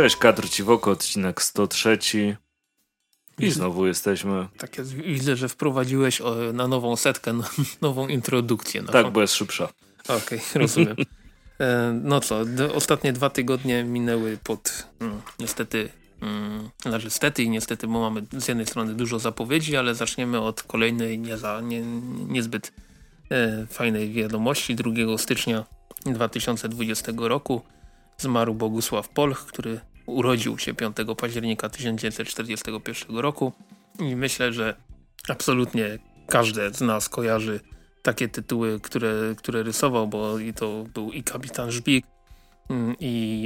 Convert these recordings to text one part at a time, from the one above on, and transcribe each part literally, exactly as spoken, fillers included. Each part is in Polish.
Cześć, kadr ci w oko, odcinek sto trzy. I znowu jesteśmy. Tak jest, widzę, że wprowadziłeś o, na nową setkę, no, nową introdukcję. Naszą. Tak, bo jest szybsza. Okej, okay, rozumiem. E, no co, d- ostatnie dwa tygodnie minęły pod mm, niestety, mm, znaczy stety i niestety, bo mamy z jednej strony dużo zapowiedzi, ale zaczniemy od kolejnej nie za, nie, niezbyt e, fajnej wiadomości. drugiego stycznia dwa tysiące dwudziestego roku zmarł Bogusław Polch, który urodził się piątego października tysiąc dziewięćset czterdziestego pierwszego roku i myślę, że absolutnie każdy z nas kojarzy takie tytuły, które, które rysował, bo i to był i Kapitan Żbik i...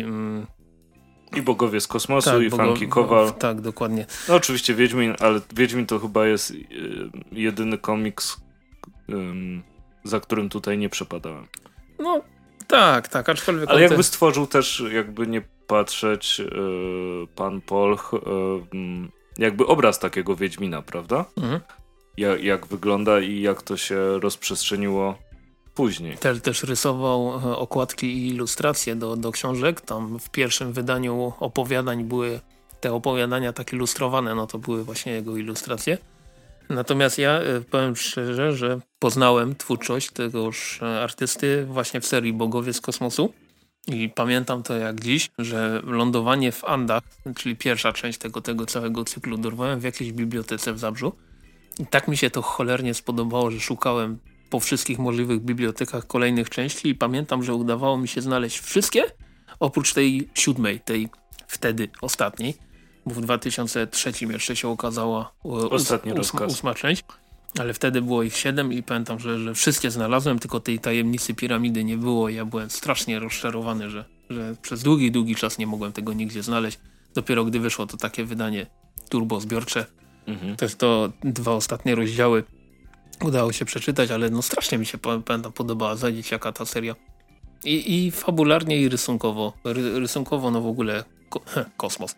I Bogowie z kosmosu, tak, i bogo, Funky Kowal. Tak, dokładnie. No oczywiście Wiedźmin, ale Wiedźmin to chyba jest jedyny komiks, um, za którym tutaj nie przepadałem. No tak, tak, aczkolwiek... Ale jakby te... stworzył też, jakby nie patrzeć, yy, pan Polch, yy, jakby obraz takiego Wiedźmina, prawda? Mhm. Ja, jak wygląda i jak to się rozprzestrzeniło później. Też, też rysował okładki i ilustracje do, do książek. Tam w pierwszym wydaniu opowiadań były te opowiadania tak ilustrowane, no to były właśnie jego ilustracje. Natomiast ja powiem szczerze, że poznałem twórczość tegoż artysty właśnie w serii Bogowie z kosmosu. I pamiętam to jak dziś, że lądowanie w Andach, czyli pierwsza część tego, tego całego cyklu, dorwałem w jakiejś bibliotece w Zabrzu. I tak mi się to cholernie spodobało, że szukałem po wszystkich możliwych bibliotekach kolejnych części i pamiętam, że udawało mi się znaleźć wszystkie, oprócz tej siódmej, tej wtedy ostatniej, bo w dwa tysiące trzecim jeszcze się okazała Ostatni ós, ósma, ósma część, ale wtedy było ich siedem i pamiętam, że, że wszystkie znalazłem, tylko tej tajemnicy piramidy nie było i ja byłem strasznie rozczarowany, że, że przez długi, długi czas nie mogłem tego nigdzie znaleźć. Dopiero gdy wyszło to takie wydanie turbo zbiorcze, mhm. też to dwa ostatnie rozdziały udało się przeczytać, ale no strasznie mi się pamiętam podobała za dzieciaka ta seria. I, i fabularnie i rysunkowo. Ry, rysunkowo no w ogóle ko kosmos.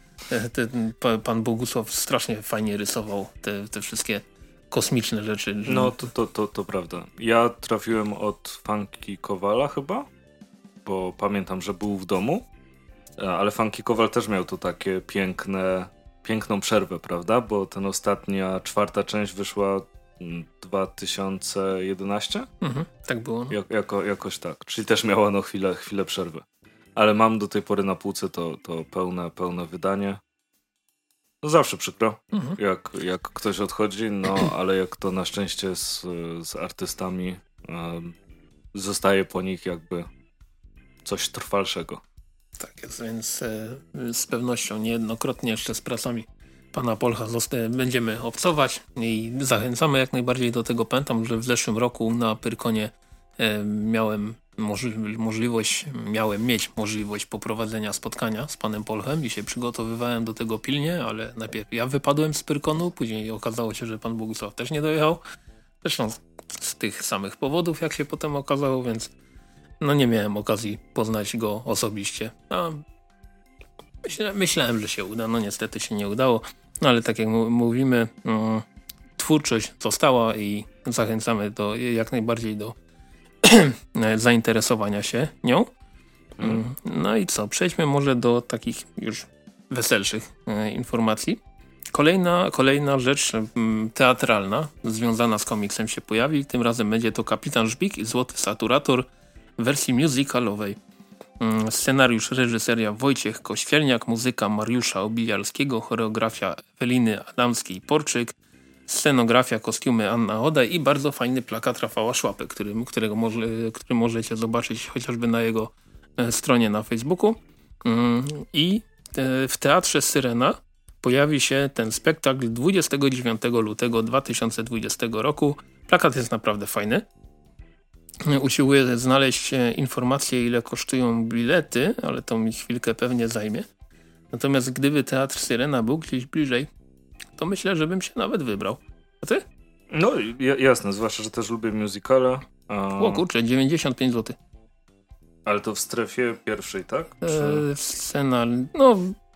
Ten pan Bogusław strasznie fajnie rysował te, te wszystkie kosmiczne rzeczy. No to, to, to, to prawda. Ja trafiłem od Funky Kowala chyba, bo pamiętam, że był w domu, ale Funky Kowal też miał tu takie piękne, piękną przerwę, prawda? Bo ten ostatnia, czwarta część wyszła dwa tysiące jedenaście? Mhm, tak było. No. Jak, jako, jakoś tak. Czyli też miała no chwilę, chwilę przerwy. Ale mam do tej pory na półce to, to pełne, pełne wydanie. No zawsze przykro, mhm. jak, jak ktoś odchodzi, no ale jak to na szczęście z, z artystami um, zostaje po nich jakby coś trwalszego. Tak jest, więc e, z pewnością niejednokrotnie jeszcze z pracami pana Polcha będziemy obcować i zachęcamy jak najbardziej do tego. Pamiętam, że w zeszłym roku na Pyrkonie e, miałem moż możliwość, miałem mieć możliwość poprowadzenia spotkania z panem Polchem i się przygotowywałem do tego pilnie, ale najpierw ja wypadłem z Pyrkonu, później okazało się, że pan Bogusław też nie dojechał. Zresztą z, z tych samych powodów, jak się potem okazało, więc no nie miałem okazji poznać go osobiście. A myślę, myślałem, że się uda, no niestety się nie udało. No ale tak jak mówimy, um, twórczość została i zachęcamy do, jak najbardziej do zainteresowania się nią. Um, no i co? Przejdźmy może do takich już weselszych e, informacji. Kolejna, kolejna rzecz um, teatralna związana z komiksem się pojawi. Tym razem będzie to Kapitan Żbik i Złoty Saturator w wersji musicalowej. Scenariusz, reżyseria Wojciech Kościelniak, muzyka Mariusza Obiliarskiego, choreografia Eweliny Adamskiej-Porczyk, scenografia, kostiumy Anna Odaj i bardzo fajny plakat Rafała Szłapy, który, którego może, który możecie zobaczyć chociażby na jego stronie na Facebooku. I w Teatrze Syrena pojawi się ten spektakl dwudziestego dziewiątego lutego dwa tysiące dwudziestego roku. Plakat jest naprawdę fajny. Usiłuję znaleźć informacje, ile kosztują bilety, ale to mi chwilkę pewnie zajmie. Natomiast gdyby Teatr Syrena był gdzieś bliżej, to myślę, że bym się nawet wybrał. A ty? No jasne, zwłaszcza, że też lubię musicale. A... O kurczę, dziewięćdziesiąt pięć złotych. Ale to w strefie pierwszej, tak? Czy... E, scena, no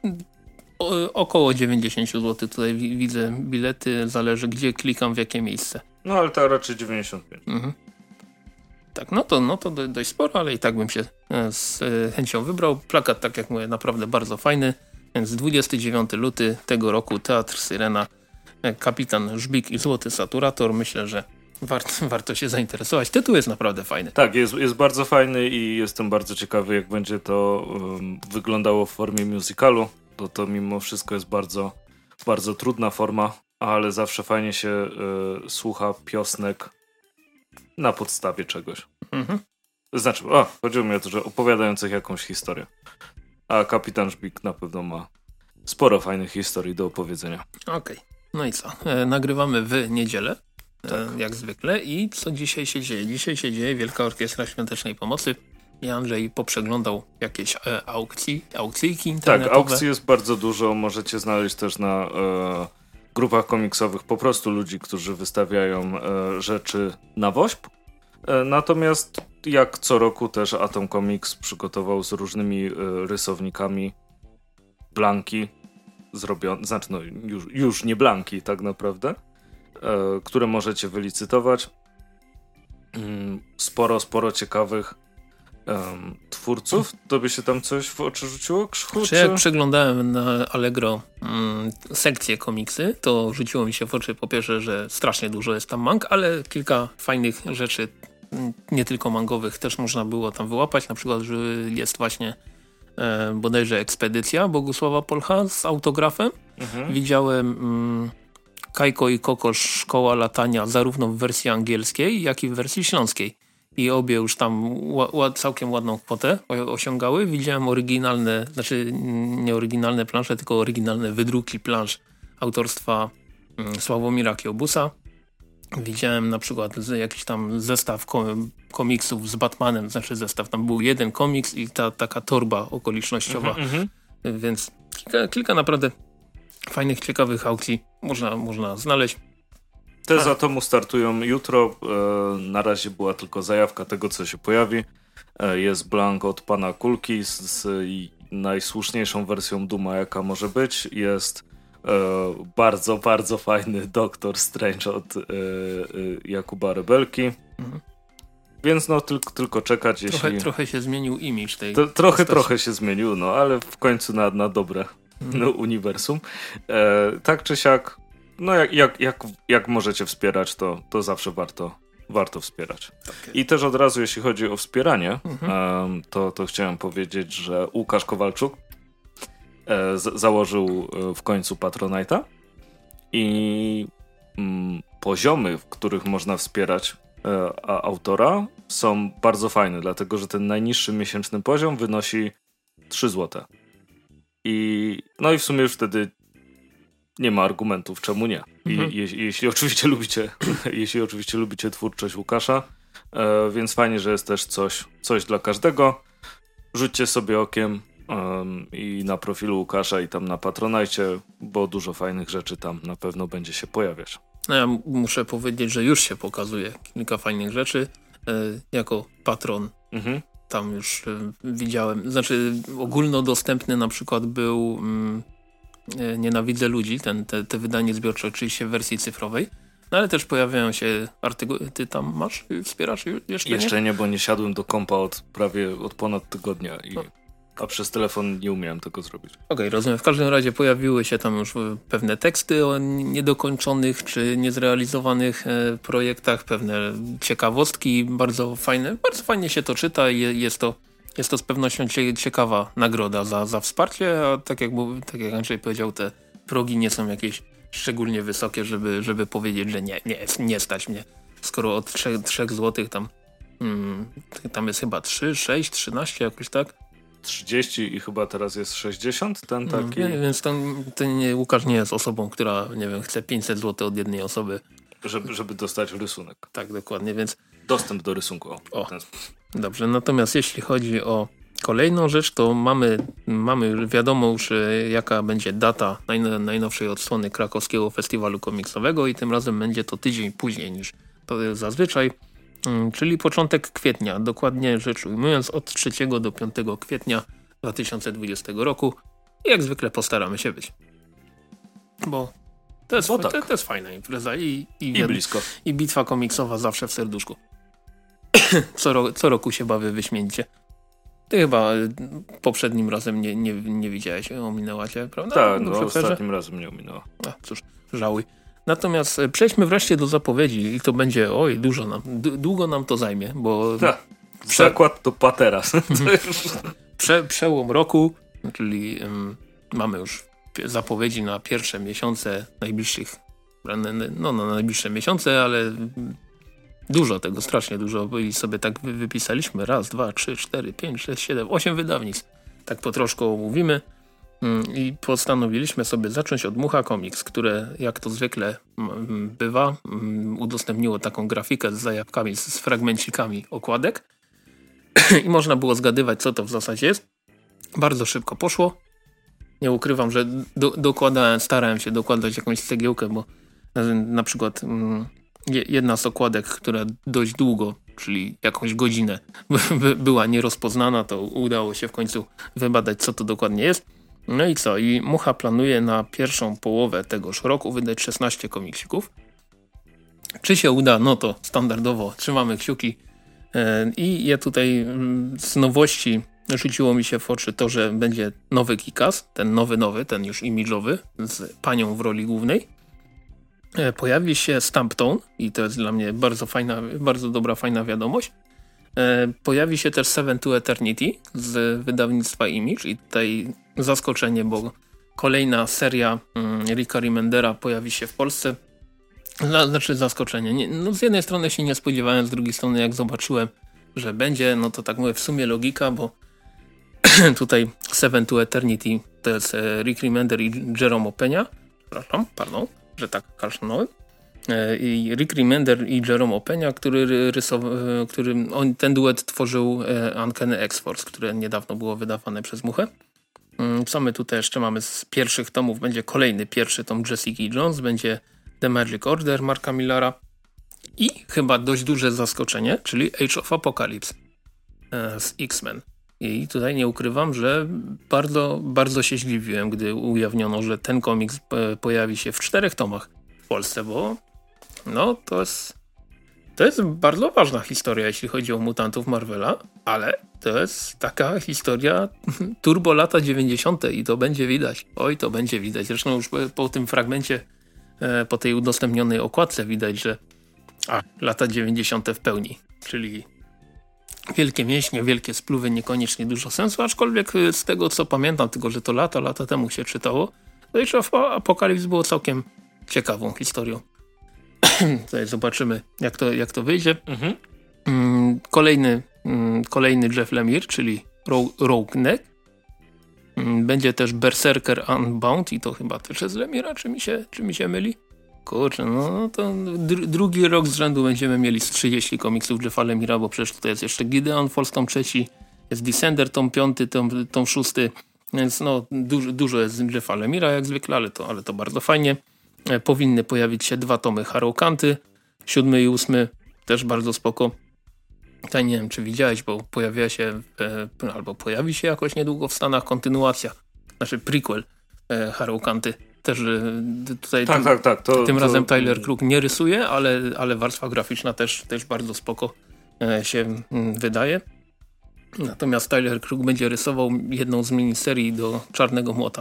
o, około dziewięćdziesiąt złotych tutaj widzę bilety, zależy gdzie klikam, w jakie miejsce. No ale to raczej dziewięćdziesiąt pięć. Mhm. Tak, no to, no to dość sporo, ale i tak bym się z chęcią wybrał. Plakat, tak jak mówię, naprawdę bardzo fajny. Więc dwudziestego dziewiątego lutego tego roku Teatr Syrena, Kapitan Żbik i Złoty Saturator. Myślę, że warto, warto się zainteresować. Tytuł jest naprawdę fajny. Tak, jest, jest bardzo fajny i jestem bardzo ciekawy, jak będzie to um, wyglądało w formie musicalu. To to mimo wszystko jest bardzo, bardzo trudna forma, ale zawsze fajnie się y, słucha piosnek na podstawie czegoś. Mhm. Znaczy, a, chodziło mi o to, że opowiadających jakąś historię. A Kapitan Żbik na pewno ma sporo fajnych historii do opowiedzenia. Okej, okay. No i co? E, nagrywamy w niedzielę, tak. e, jak zwykle. I co dzisiaj się dzieje? Dzisiaj się dzieje Wielka Orkiestra Świątecznej Pomocy. I Andrzej poprzeglądał jakieś e, aukcji, aukcyjki internetowe. Tak, aukcji jest bardzo dużo. Możecie znaleźć też na e, grupach komiksowych po prostu ludzi, którzy wystawiają e, rzeczy na wośp. E, natomiast jak co roku też Atom Comics przygotował z różnymi e, rysownikami blanki zrobione, znaczy no już, już nie blanki tak naprawdę, e, które możecie wylicytować. Mm, sporo, sporo ciekawych Um, twórców. Tobie się tam coś w oczy rzuciło? Krzychu, czy jak przeglądałem na Allegro mm, sekcję komiksy, to rzuciło mi się w oczy po pierwsze, że strasznie dużo jest tam mang, ale kilka fajnych rzeczy, nie tylko mangowych, też można było tam wyłapać. Na przykład, że jest właśnie e, bodajże Ekspedycja Bogusława Polcha z autografem. Mhm. Widziałem mm, Kajko i Kokosz Szkoła Latania zarówno w wersji angielskiej, jak i w wersji śląskiej. I obie już tam ła, całkiem ładną kwotę osiągały. Widziałem oryginalne, znaczy nie oryginalne plansze, tylko oryginalne wydruki plansz autorstwa Sławomira Kiełbusa. Widziałem na przykład jakiś tam zestaw komiksów z Batmanem, znaczy zestaw, tam był jeden komiks i ta taka torba okolicznościowa. Mm-hmm. Więc kilka, kilka naprawdę fajnych, ciekawych aukcji można, można znaleźć. Te z Atomu startują jutro. E, na razie była tylko zajawka tego, co się pojawi. E, jest blank od pana Kulki z, z najsłuszniejszą wersją Duma, jaka może być. Jest e, bardzo, bardzo fajny Doktor Strange od e, e, Jakuba Rebelki. Mhm. Więc no tylko, tylko czekać. Trochę, jeśli... trochę się zmienił imidż tej to, Trochę, postaci. trochę się zmienił, no ale w końcu na, na dobre mhm. no, uniwersum. E, tak czy siak No jak, jak, jak, jak możecie wspierać, to, to zawsze warto, warto wspierać. Okay. I też od razu, jeśli chodzi o wspieranie, mhm. um, to, to chciałem powiedzieć, że Łukasz Kowalczuk e, z, założył w końcu Patronite'a i mm, poziomy, w których można wspierać e, a, autora, są bardzo fajne, dlatego że ten najniższy miesięczny poziom wynosi trzy złote. I, no i w sumie już wtedy nie ma argumentów, czemu nie. Mhm. I, je, jeśli oczywiście lubicie, jeśli oczywiście lubicie twórczość Łukasza, e, więc fajnie, że jest też coś, coś dla każdego. Rzućcie sobie okiem um, i na profilu Łukasza i tam na Patronite, bo dużo fajnych rzeczy tam na pewno będzie się pojawiać. No ja muszę powiedzieć, że już się pokazuje kilka fajnych rzeczy. E, jako patron mhm. tam już e, widziałem, znaczy ogólnodostępny na przykład był mm, Nienawidzę ludzi, ten, te, te wydanie zbiorcze oczywiście w wersji cyfrowej, no ale też pojawiają się artykuły. Ty tam masz? Wspierasz jeszcze nie? Jeszcze nie, bo nie siadłem do kompa od prawie od ponad tygodnia, i, no. a przez telefon nie umiałem tego zrobić. Okej, okay, rozumiem. W każdym razie pojawiły się tam już pewne teksty o niedokończonych czy niezrealizowanych e, projektach, pewne ciekawostki, bardzo fajne, bardzo fajnie się to czyta i jest to Jest to z pewnością ciekawa nagroda za, za wsparcie, a tak jak, tak jak Andrzej powiedział, te progi nie są jakieś szczególnie wysokie, żeby, żeby powiedzieć, że nie, nie, nie stać mnie. Skoro od trzech złotych tam, hmm, tam jest chyba trzy, sześć, trzynaście jakoś tak. trzydzieści i chyba teraz jest sześćdziesiąt, ten taki. No, więc ten, ten nie, Łukasz nie jest osobą, która, nie wiem, chce pięćset złotych od jednej osoby. Żeby, żeby dostać rysunek. Tak, dokładnie, więc... Dostęp do rysunku, o, o. w ten sposób. Dobrze, natomiast jeśli chodzi o kolejną rzecz, to mamy, mamy wiadomo już jaka będzie data najn- najnowszej odsłony Krakowskiego Festiwalu Komiksowego i tym razem będzie to tydzień później niż zazwyczaj, czyli początek kwietnia, dokładnie rzecz ujmując od trzeciego do piątego kwietnia dwa tysiące dwudziestego roku. I jak zwykle postaramy się być. Bo to jest, Bo tak. to, to jest fajna impreza i, i, I blisko. I bitwa komiksowa zawsze w serduszku. co, ro, co roku się bawię wyśmienicie. Ty chyba poprzednim razem nie, nie, nie widziałeś, ominęła cię, prawda? Tak, no ostatnim razem nie ominęła. A cóż, żałuj. Natomiast przejdźmy wreszcie do zapowiedzi i to będzie, oj, dużo nam, długo nam to zajmie, bo... Tak, prze... zakład to pa teraz. Prze, przełom roku, czyli um, mamy już zapowiedzi na pierwsze miesiące najbliższych, no na najbliższe miesiące, ale dużo tego, strasznie dużo i sobie tak wypisaliśmy. Raz, dwa, trzy, cztery, pięć, sześć, siedem, osiem wydawnictw. Tak po troszkę omówimy i postanowiliśmy sobie zacząć od Mucha Comics, które jak to zwykle bywa udostępniło taką grafikę z zajawkami, z fragmencikami okładek i można było zgadywać, co to w zasadzie jest. Bardzo szybko poszło. Nie ukrywam, że do, dokładałem, starałem się dokładać jakąś cegiełkę, bo na przykład mm, jedna z okładek, która dość długo, czyli jakąś godzinę by, była nierozpoznana, to udało się w końcu wybadać, co to dokładnie jest. No i co? I Mucha planuje na pierwszą połowę tegoż roku wydać szesnaście komiksików. Czy się uda? No to standardowo trzymamy kciuki. I ja tutaj z nowości rzuciło mi się w oczy to, że będzie nowy Kick-Ass, ten nowy, nowy, ten już imidżowy, z panią w roli głównej. Pojawi się Stamptone i to jest dla mnie bardzo fajna, bardzo dobra, fajna wiadomość. Pojawi się też Seven to Eternity z wydawnictwa Image i tutaj zaskoczenie, bo kolejna seria Ricka Remendera pojawi się w Polsce. Znaczy zaskoczenie. Nie, no z jednej strony się nie spodziewałem, z drugiej strony jak zobaczyłem, że będzie, no to tak mówię w sumie logika, bo tutaj Seven to Eternity to jest Rick Remender i Jerome Opeña. Przepraszam, pardon, że tak kaszlnąłem. I Rick Remender i Jerome Opeña, który rysował, który on, ten duet tworzył Uncanny X-Force, które niedawno było wydawane przez Muchę. Co my tutaj jeszcze mamy z pierwszych tomów? Będzie kolejny pierwszy tom Jessica Jones, będzie The Magic Order Marka Millara i chyba dość duże zaskoczenie, czyli Age of Apocalypse z X-Men. I tutaj nie ukrywam, że bardzo, bardzo się zdziwiłem, gdy ujawniono, że ten komiks pojawi się w czterech tomach w Polsce, bo no to jest to jest bardzo ważna historia, jeśli chodzi o mutantów Marvela, ale to jest taka historia turbo lata dziewięćdziesiąte i to będzie widać. Oj, to będzie widać. Zresztą już po tym fragmencie, po tej udostępnionej okładce widać, że a, lata dziewięćdziesiąte w pełni, czyli wielkie mięśnie, wielkie spluwy, niekoniecznie dużo sensu, aczkolwiek z tego co pamiętam, tylko że to lata, lata temu się czytało, to jeszcze Apocalypse było całkiem ciekawą historią. Tutaj zobaczymy jak to, jak to wyjdzie. Mhm. Kolejny, kolejny Jeff Lemire, czyli Rogue Neck. Będzie też Berserker Unbound i to chyba też jest Lemira, czy mi się, czy mi się myli? Kurczę, no to dr- drugi rok z rzędu będziemy mieli z trzydziestu komiksów Jeffa Lemira, bo przecież tutaj jest jeszcze Gideon Falls tom trzeci, jest Descender tom piąty, tom, tom szósty, więc no dużo, dużo jest Jeffa Lemira jak zwykle, ale to, ale to bardzo fajnie. E, powinny pojawić się dwa tomy Harrow Kanty, siódmy i ósmy, też bardzo spoko. Tutaj nie wiem, czy widziałeś, bo pojawia się, e, albo pojawi się jakoś niedługo w Stanach kontynuacja, znaczy prequel e, Harrow Kanty. Też tutaj tak, tym, tak, tak. To, tym to... razem Tyler Crook nie rysuje, ale, ale warstwa graficzna też, też bardzo spoko e, się m, wydaje. Natomiast Tyler Crook będzie rysował jedną z miniserii do Czarnego Młota.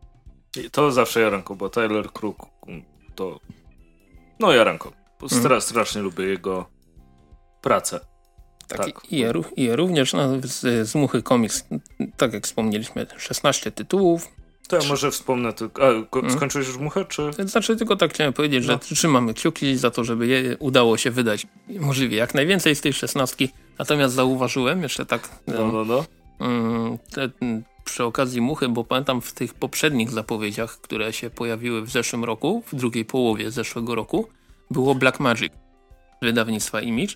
To zawsze jaranko, bo Tyler Crook to no jaranko. Stra- mm. Strasznie lubię jego pracę. Tak, tak. I, ja, I ja również no, z, z Muchy Comics, tak jak wspomnieliśmy, szesnaście tytułów. To ja może wspomnę tylko. A, ko- skończyłeś już Muchę, czy? Znaczy tylko tak chciałem powiedzieć, no. że trzymamy kciuki za to, żeby je udało się wydać możliwie jak najwięcej z tej szesnastki. Natomiast zauważyłem jeszcze tak no, no, no. Um, te, przy okazji Muchy, bo pamiętam w tych poprzednich zapowiedziach, które się pojawiły w zeszłym roku, w drugiej połowie zeszłego roku, było Black Magic wydawnictwa Image.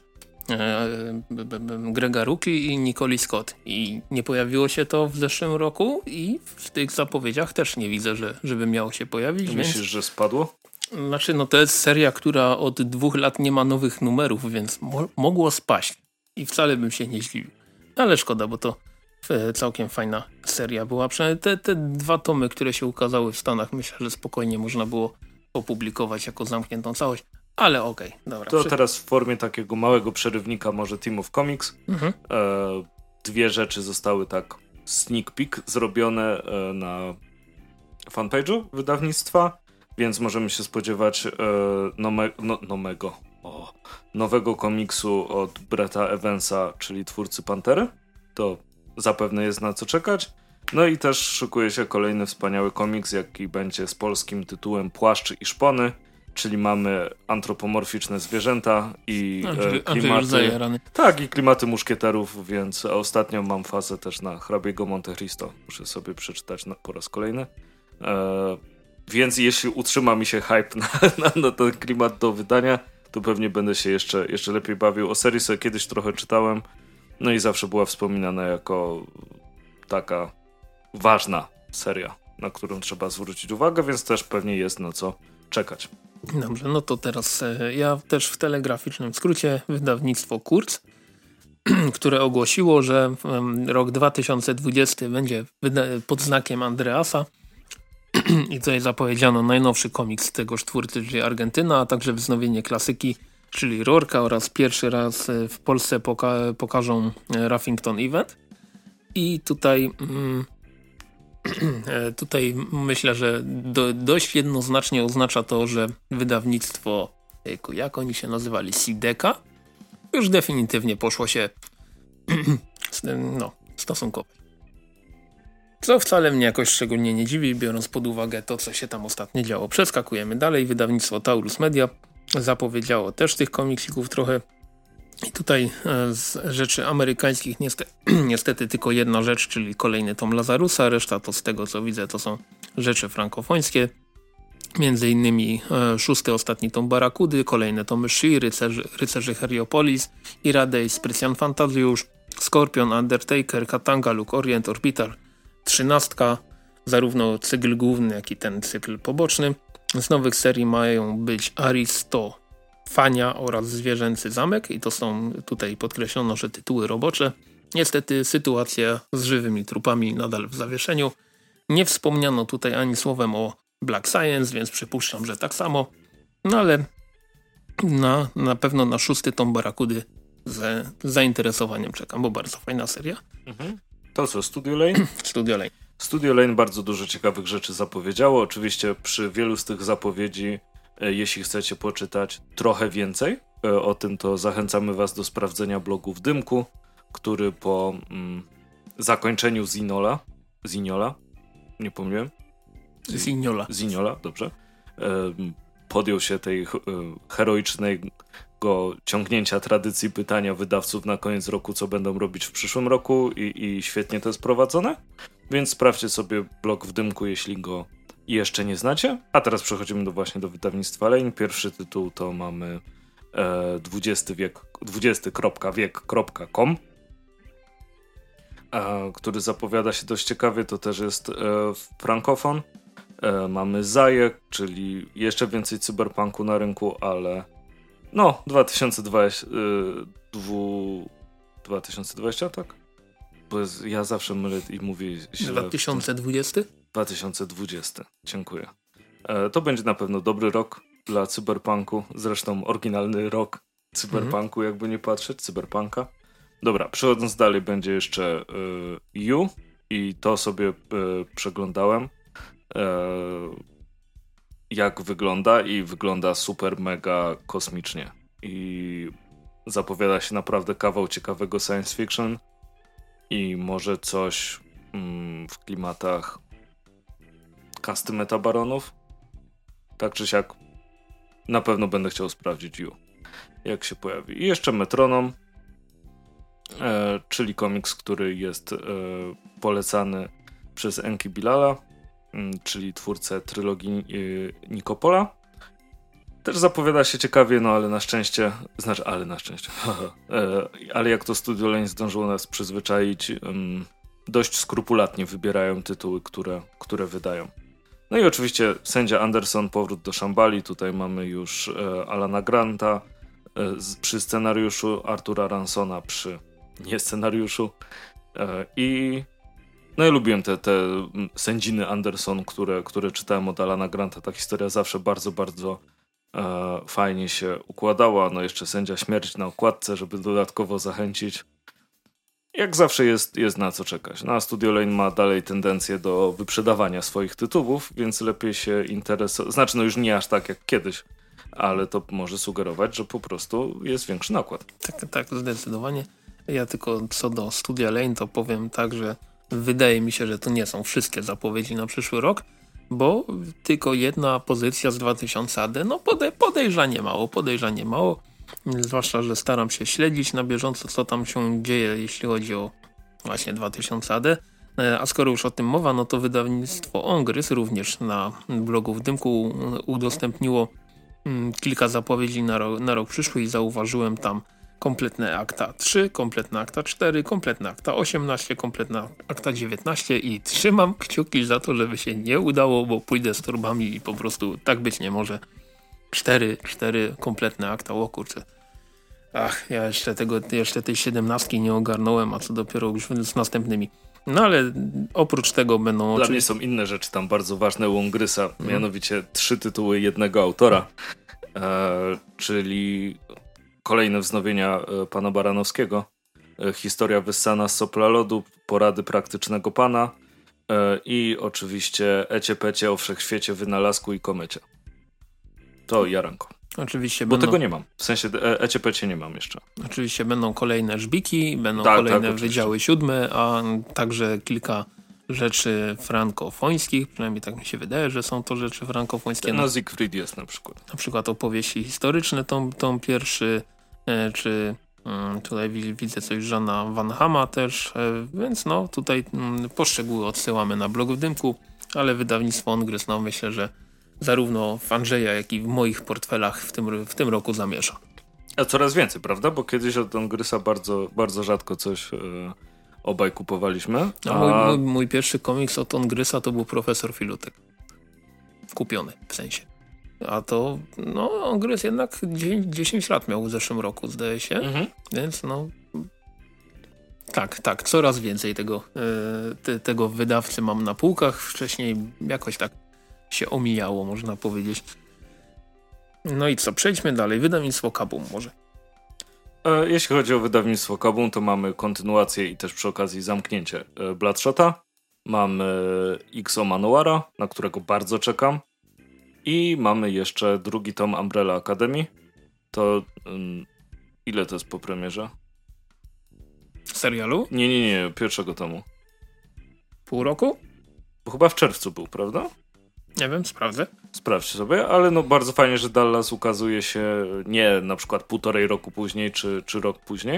Grega Rucki i Nicole Scott i nie pojawiło się to w zeszłym roku i w tych zapowiedziach też nie widzę, że, żeby miało się pojawić. Myślisz, więc... że spadło? Znaczy no to jest seria, która od dwóch lat nie ma nowych numerów, więc mo- mogło spaść i wcale bym się nie zdziwił. Ale szkoda, bo to całkiem fajna seria była. Przynajmniej te, te dwa tomy, które się ukazały w Stanach, myślę, że spokojnie można było opublikować jako zamkniętą całość. Ale okej, okay, dobra. To teraz w formie takiego małego przerywnika może Team of Comics. Mhm. E, dwie rzeczy zostały tak sneak peek zrobione e, na fanpage'u wydawnictwa, więc możemy się spodziewać e, nome, no, nomego, o, nowego komiksu od Bretta Evansa, czyli twórcy Pantery. To zapewne jest na co czekać. No i też szykuje się kolejny wspaniały komiks, jaki będzie z polskim tytułem Płaszcz i szpony, czyli mamy antropomorficzne zwierzęta i e, klimaty. Tak, i klimaty muszkieterów, więc ostatnio mam fazę też na hrabiego Monte Cristo. Muszę sobie przeczytać na, po raz kolejny. E, więc jeśli utrzyma mi się hype na, na, na ten klimat do wydania, to pewnie będę się jeszcze, jeszcze lepiej bawił. O serii sobie kiedyś trochę czytałem, no i zawsze była wspominana jako taka ważna seria, na którą trzeba zwrócić uwagę, więc też pewnie jest na co czekać. Dobrze, no to teraz e, ja też w telegraficznym skrócie wydawnictwo Kurz, które ogłosiło, że e, rok dwa tysiące dwudziesty będzie wyda- pod znakiem Andreasa i tutaj zapowiedziano najnowszy komiks tegoż twórcy, czyli Argentyna, a także wznowienie klasyki, czyli Rorka, oraz pierwszy raz w Polsce poka- pokażą Ruffington Event. I tutaj mm, tutaj myślę, że do, dość jednoznacznie oznacza to, że wydawnictwo, jak oni się nazywali, Sideka, już definitywnie poszło się no, stosunkowo. Co wcale mnie jakoś szczególnie nie dziwi, biorąc pod uwagę to, co się tam ostatnio działo. Przeskakujemy dalej. Wydawnictwo Taurus Media zapowiedziało też tych komiksików trochę. I tutaj z rzeczy amerykańskich niestety, niestety tylko jedna rzecz, czyli kolejny tom Lazarusa. Reszta to z tego, co widzę, to są rzeczy frankofońskie. Między innymi e, szósty, ostatni tom Barakudy, kolejne tomy Shi, Rycerzy, Rycerzy Heliopolis, Iradeis, Prycjan Fantazjusz, Skorpion, Undertaker, Katanga, Luke Orient, Orbital, trzynastka, zarówno cykl główny, jak i ten cykl poboczny. Z nowych serii mają być Aristo, Fania oraz Zwierzęcy Zamek i to są, tutaj podkreślono, że tytuły robocze. Niestety sytuacja z żywymi trupami nadal w zawieszeniu. Nie wspomniano tutaj ani słowem o Black Science, więc przypuszczam, że tak samo. No ale na, na pewno na szósty tom Barakudy z zainteresowaniem czekam, bo bardzo fajna seria. Mhm. To co, Studio Lane? Studio Lane. Studio Lane bardzo dużo ciekawych rzeczy zapowiedziało. Oczywiście przy wielu z tych zapowiedzi, jeśli chcecie poczytać trochę więcej o tym, to zachęcamy was do sprawdzenia blogu W Dymku, który po mm, zakończeniu Zinola, Ziniola, nie pomyliłem? Ziniola. Ziniola, dobrze. Podjął się tej heroicznego ciągnięcia tradycji pytania wydawców na koniec roku, co będą robić w przyszłym roku i, i świetnie to jest prowadzone. Więc sprawdźcie sobie blog W Dymku, jeśli go jeszcze nie znacie. A teraz przechodzimy do właśnie do wydawnictwa Lane. Pierwszy tytuł to mamy e, dwudziesty wiek, dwudziesty wiek kropka com, e, który zapowiada się dość ciekawie. To też jest e, frankofon. E, mamy Zajek, czyli jeszcze więcej cyberpunku na rynku, ale no, dwa tysiące dwudziesty, dwa tysiące dwudziesty, tak? Bo jest, ja zawsze mylę i mówię źle. dwa tysiące dwudziesty? dwa tysiące dwudziesty, dziękuję. E, to będzie na pewno dobry rok dla cyberpunku, zresztą oryginalny rok cyberpunku, mm. jakby nie patrzeć, cyberpunka. Dobra, przechodząc dalej, będzie jeszcze y, You i to sobie y, przeglądałem, y, jak wygląda i wygląda super mega kosmicznie i zapowiada się naprawdę kawał ciekawego science fiction i może coś mm, w klimatach kasty metabaronów. Tak czy siak na pewno będę chciał sprawdzić You, jak się pojawi. I jeszcze Metronom, e, czyli komiks, który jest e, polecany przez Enki Bilala, m, czyli twórcę trylogii e, Nikopola. Też zapowiada się ciekawie, no ale na szczęście, znaczy, ale na szczęście, e, ale jak to Studio Lane zdążyło nas przyzwyczaić, um, dość skrupulatnie wybierają tytuły, które, które wydają. No i oczywiście Sędzia Anderson, Powrót do Szambali. Tutaj mamy już e, Alana Granta e, z, przy scenariuszu, Artura Ransona przy nie scenariuszu. E, I no ja lubiłem te, te sędziny Anderson, które, które czytałem od Alana Granta. Ta historia zawsze bardzo, bardzo e, fajnie się układała. No jeszcze Sędzia Śmierć na okładce, żeby dodatkowo zachęcić. Jak zawsze jest, jest na co czekać. No, a Studio Lane ma dalej tendencję do wyprzedawania swoich tytułów, więc lepiej się interesować. Znaczy, no już nie aż tak jak kiedyś, ale to może sugerować, że po prostu jest większy nakład. Tak, tak, zdecydowanie. Ja tylko co do Studia Lane to powiem tak, że wydaje mi się, że to nie są wszystkie zapowiedzi na przyszły rok, bo tylko jedna pozycja z dwa tysiące A D, no podej podejrzanie mało, podejrzanie mało. Zwłaszcza, że staram się śledzić na bieżąco, co tam się dzieje, jeśli chodzi o właśnie dwa tysiące A D. A skoro już o tym mowa, no to wydawnictwo Ongrys również na blogu w Dymku udostępniło kilka zapowiedzi na, ro na rok przyszły i zauważyłem tam kompletne akta trzy, kompletne akta cztery, kompletne akta osiemnaście, kompletne akta dziewiętnaście i trzymam kciuki za to, żeby się nie udało, bo pójdę z torbami i po prostu tak być nie może. Cztery, cztery kompletne akta, o kurczę. Ach, ja jeszcze tego, jeszcze tej siedemnastki nie ogarnąłem, a co dopiero już z następnymi. No ale oprócz tego będą... Dla oczywiście... mnie są inne rzeczy tam bardzo ważne u Ongrysa, hmm. mianowicie trzy tytuły jednego autora, e, czyli kolejne wznowienia e, pana Baranowskiego, e, historia wyssana z sopla lodu, porady praktycznego pana e, i oczywiście Ecie Pecie o wszechświecie, wynalazku i komecie. To jaranko. Oczywiście Bo będą... tego nie mam. W sensie e Ecie Pecie nie mam jeszcze. Oczywiście będą kolejne żbiki, będą tak, kolejne tak, wydziały siódme, a także kilka rzeczy frankofońskich. Przynajmniej tak mi się wydaje, że są to rzeczy frankofońskie. No Siegfried jest na przykład. Na przykład opowieści historyczne, tom, tom pierwszy, e, czy mm, tutaj widzę coś Żana Van Hama też, e, więc no tutaj mm, poszczegóły odsyłamy na blog w Dymku, ale wydawnictwo Ongrys, no myślę, że zarówno w Andrzeja, jak i w moich portfelach w tym, w tym roku zamiesza. A coraz więcej, prawda? Bo kiedyś od Ongrysa bardzo, bardzo rzadko coś e, obaj kupowaliśmy. A... A mój, mój, mój pierwszy komiks od Ongrysa to był Profesor Filutek. Kupiony w sensie. A to, no, Ongrys jednak dziesięć lat miał w zeszłym roku, zdaje się. Mhm. Więc no... Tak, tak, coraz więcej tego, e, te, tego wydawcy mam na półkach. Wcześniej jakoś tak się omijało, można powiedzieć. No i co, przejdźmy dalej. Wydawnictwo Kabum może. E, jeśli chodzi o wydawnictwo Kabum, to mamy kontynuację i też przy okazji zamknięcie e, Bloodshota. Mamy X O Manowara, na którego bardzo czekam. I mamy jeszcze drugi tom Umbrella Academy. To um, ile to jest po premierze? Serialu? Nie, nie, nie, pierwszego tomu. Pół roku? Bo chyba w czerwcu był, prawda? Nie wiem, sprawdzę. Sprawdźcie sobie, ale no bardzo fajnie, że Dallas ukazuje się nie na przykład półtorej roku później, czy, czy rok później.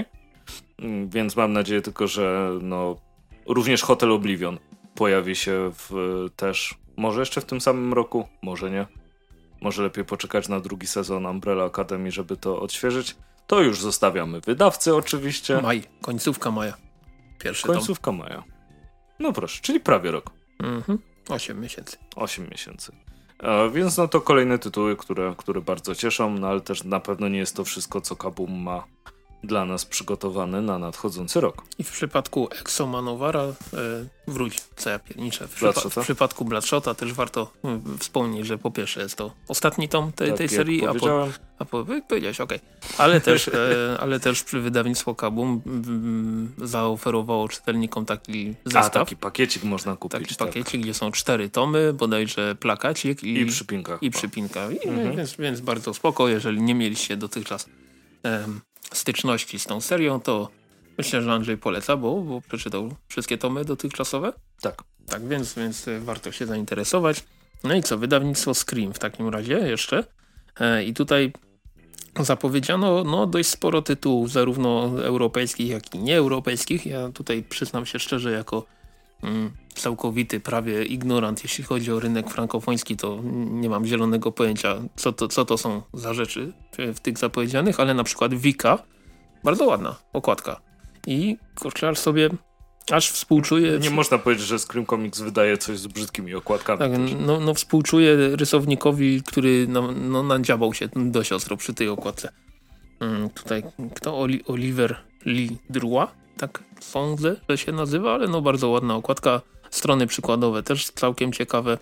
Więc mam nadzieję tylko, że no również Hotel Oblivion pojawi się w, też może jeszcze w tym samym roku, może nie. Może lepiej poczekać na drugi sezon Umbrella Academy, żeby to odświeżyć. To już zostawiamy wydawcy oczywiście. Maj, końcówka maja. Pierwszy Końcówka tom. maja. No proszę, czyli prawie rok. Mhm. Osiem miesięcy. Osiem miesięcy. A więc no to kolejne tytuły, które, które bardzo cieszą, no ale też na pewno nie jest to wszystko, co Kabum ma dla nas przygotowane na nadchodzący rok. I w przypadku Exo Manowara e, wróć, co ja pierniczę. W, przypa w przypadku Bloodshota też warto y, wspomnieć, że po pierwsze jest to ostatni tom tej, tak, tej serii, a po, a po powiedziałeś, okej. Okay. Ale też e, ale też przy wydawnictwo Kabum y, zaoferowało czytelnikom taki zestaw. A, taki pakiecik można kupić. Taki tak. pakiecik, gdzie są cztery tomy, bodajże plakacik i, I przypinka. I przypinka. I, mhm. więc, więc bardzo spoko, jeżeli nie mieliście dotychczas em, styczności z tą serią, to myślę, że Andrzej poleca, bo, bo przeczytał wszystkie tomy dotychczasowe. Tak. Tak, więc, więc warto się zainteresować. No i co, wydawnictwo Scream w takim razie jeszcze. E, I tutaj zapowiedziano no, dość sporo tytułów, zarówno europejskich, jak i nieeuropejskich. Ja tutaj przyznam się szczerze, jako mm, całkowity prawie ignorant, jeśli chodzi o rynek frankofoński, to nie mam zielonego pojęcia, co to, co to są za rzeczy w, w tych zapowiedzianych, ale na przykład Wika, bardzo ładna okładka. I kurczę, sobie aż współczuję... Nie można powiedzieć, że Scream Comics wydaje coś z brzydkimi okładkami. Tak, no, no współczuję rysownikowi, który no, no, nadziabał się dość ostro przy tej okładce. Hmm, tutaj kto? Oli Oliver Lee Drua? Tak sądzę, że się nazywa, ale no bardzo ładna okładka. Strony przykładowe też całkiem ciekawe.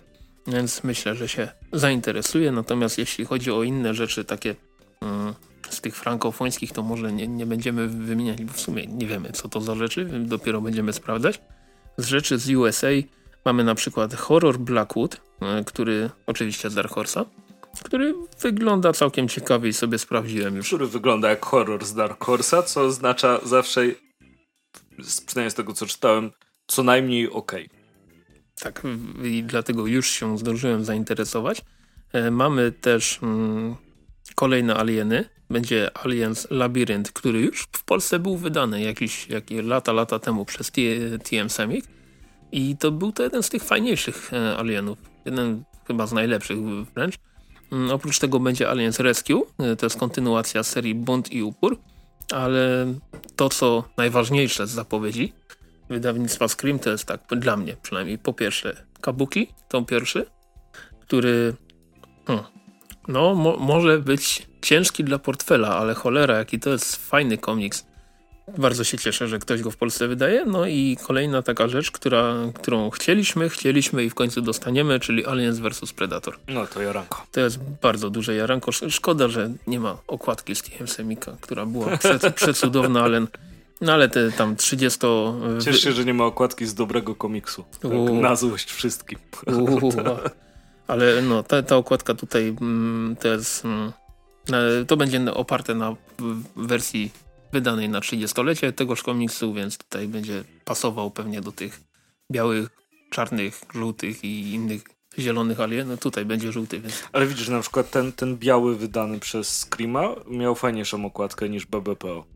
więc myślę, że się zainteresuje. Natomiast jeśli chodzi o inne rzeczy takie mm, z tych frankofońskich, to może nie, nie będziemy wymieniać, bo w sumie nie wiemy, co to za rzeczy, dopiero będziemy sprawdzać. Z rzeczy z U S A mamy na przykład Horror Blackwood, który oczywiście z Dark Horse'a, który wygląda całkiem ciekawie i sobie sprawdziłem już. Który wygląda jak horror z Dark Horse'a, co oznacza zawsze, przynajmniej z tego co czytałem, co najmniej okej. Okay. Tak, i dlatego już się zdążyłem zainteresować. E, mamy też mm, kolejne Alieny. Będzie Aliens Labyrinth, który już w Polsce był wydany jakieś, jakieś lata, lata temu przez T M Semik. I to był to jeden z tych fajniejszych e, Alienów. Jeden chyba z najlepszych wręcz. Mm, oprócz tego będzie Aliens Rescue. E, to jest kontynuacja serii Bunt i Upór. Ale to, co najważniejsze z zapowiedzi wydawnictwa Scream, to jest tak dla mnie przynajmniej po pierwsze Kabuki, tom pierwszy, który hmm, no mo może być ciężki dla portfela, ale cholera, jaki to jest fajny komiks. Bardzo się cieszę, że ktoś go w Polsce wydaje. No i kolejna taka rzecz, która, którą chcieliśmy, chcieliśmy i w końcu dostaniemy, czyli Aliens versus Predator. No to jaranko. To jest bardzo duże jaranko. Szkoda, że nie ma okładki z T M Semika, która była prze przecudowna, ale no ale te tam trzydzieści... Cieszę się, że nie ma okładki z dobrego komiksu. Tak, na złość wszystkim. Uu, ale no, ta, ta okładka tutaj mm, to jest... Mm, to będzie oparte na wersji wydanej na trzydziestolecie tegoż komiksu, więc tutaj będzie pasował pewnie do tych białych, czarnych, żółtych i innych zielonych alienów. Tutaj będzie żółty, więc... Ale widzisz, na przykład ten, ten biały wydany przez Screama miał fajniejszą okładkę niż B B P O.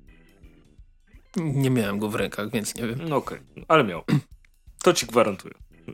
Nie miałem go w rękach, więc nie wiem. No okej, okay. Ale miał. To ci gwarantuję.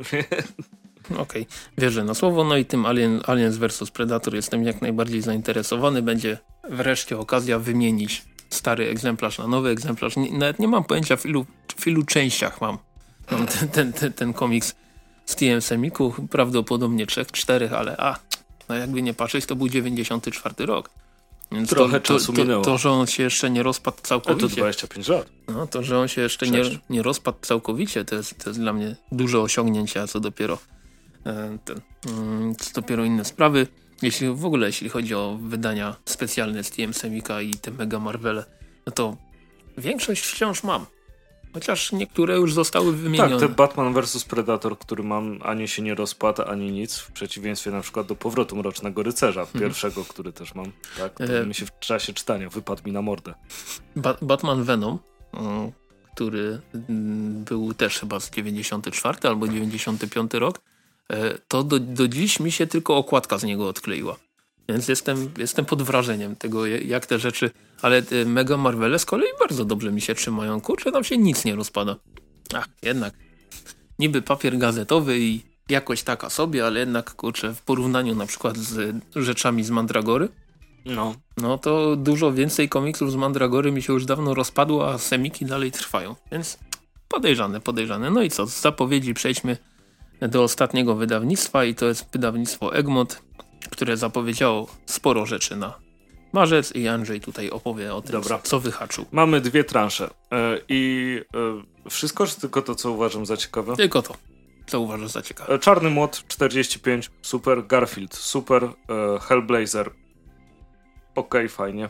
Okej, okay. Wierzę na słowo. No i tym Alien, Aliens versus Predator jestem jak najbardziej zainteresowany. Będzie wreszcie okazja wymienić stary egzemplarz na nowy egzemplarz. Nie, nawet nie mam pojęcia w ilu, w ilu częściach mam, mam ten, ten, ten, ten komiks z T M Semiku. Prawdopodobnie trzech, czterech, ale a, no jakby nie patrzeć, to był dziewięćdziesiąty czwarty rok. Więc trochę to, czasu to, minęło. To, to, że on się jeszcze nie rozpadł całkowicie. Ale to dwadzieścia pięć lat. No, to, że on się jeszcze nie, nie rozpadł całkowicie, to jest, to jest dla mnie duże osiągnięcie, a co dopiero e, ten, mm, co dopiero inne sprawy. Jeśli w ogóle, jeśli chodzi o wydania specjalne z T M Semika i te Mega Marvele, no to większość wciąż mam. Chociaż niektóre już zostały wymienione. Tak, ten Batman versus Predator, który mam, ani się nie rozpadł, ani nic, w przeciwieństwie na przykład do Powrotu Mrocznego Rycerza, hmm. pierwszego, który też mam, tak, to e... mi się w czasie czytania wypadł mi na mordę. Ba Batman Venom, um, który um, był też chyba z dziewięćdziesiąty czwarty albo dziewięćdziesiąty piąty rok, e, to do, do dziś mi się tylko okładka z niego odkleiła. Więc jestem, jestem pod wrażeniem tego, jak te rzeczy... Ale te Mega Marvele z kolei bardzo dobrze mi się trzymają. Kurczę, tam się nic nie rozpada. Ach, jednak. Niby papier gazetowy i jakość taka sobie, ale jednak, kurczę, w porównaniu na przykład z rzeczami z Mandragory, no, no to dużo więcej komiksów z Mandragory mi się już dawno rozpadło, a semiki dalej trwają. Więc podejrzane, podejrzane. No i co, z zapowiedzi przejdźmy do ostatniego wydawnictwa i to jest wydawnictwo Egmont, które zapowiedziało sporo rzeczy na marzec i Andrzej tutaj opowie o tym, Dobra. co wyhaczył. Mamy dwie transze yy, i yy, wszystko, czy tylko to, co uważam za ciekawe? Tylko to, co uważasz za ciekawe. Czarny Młot czterdzieści pięć, super. Garfield, super. Yy, Hellblazer, okej, okay, fajnie.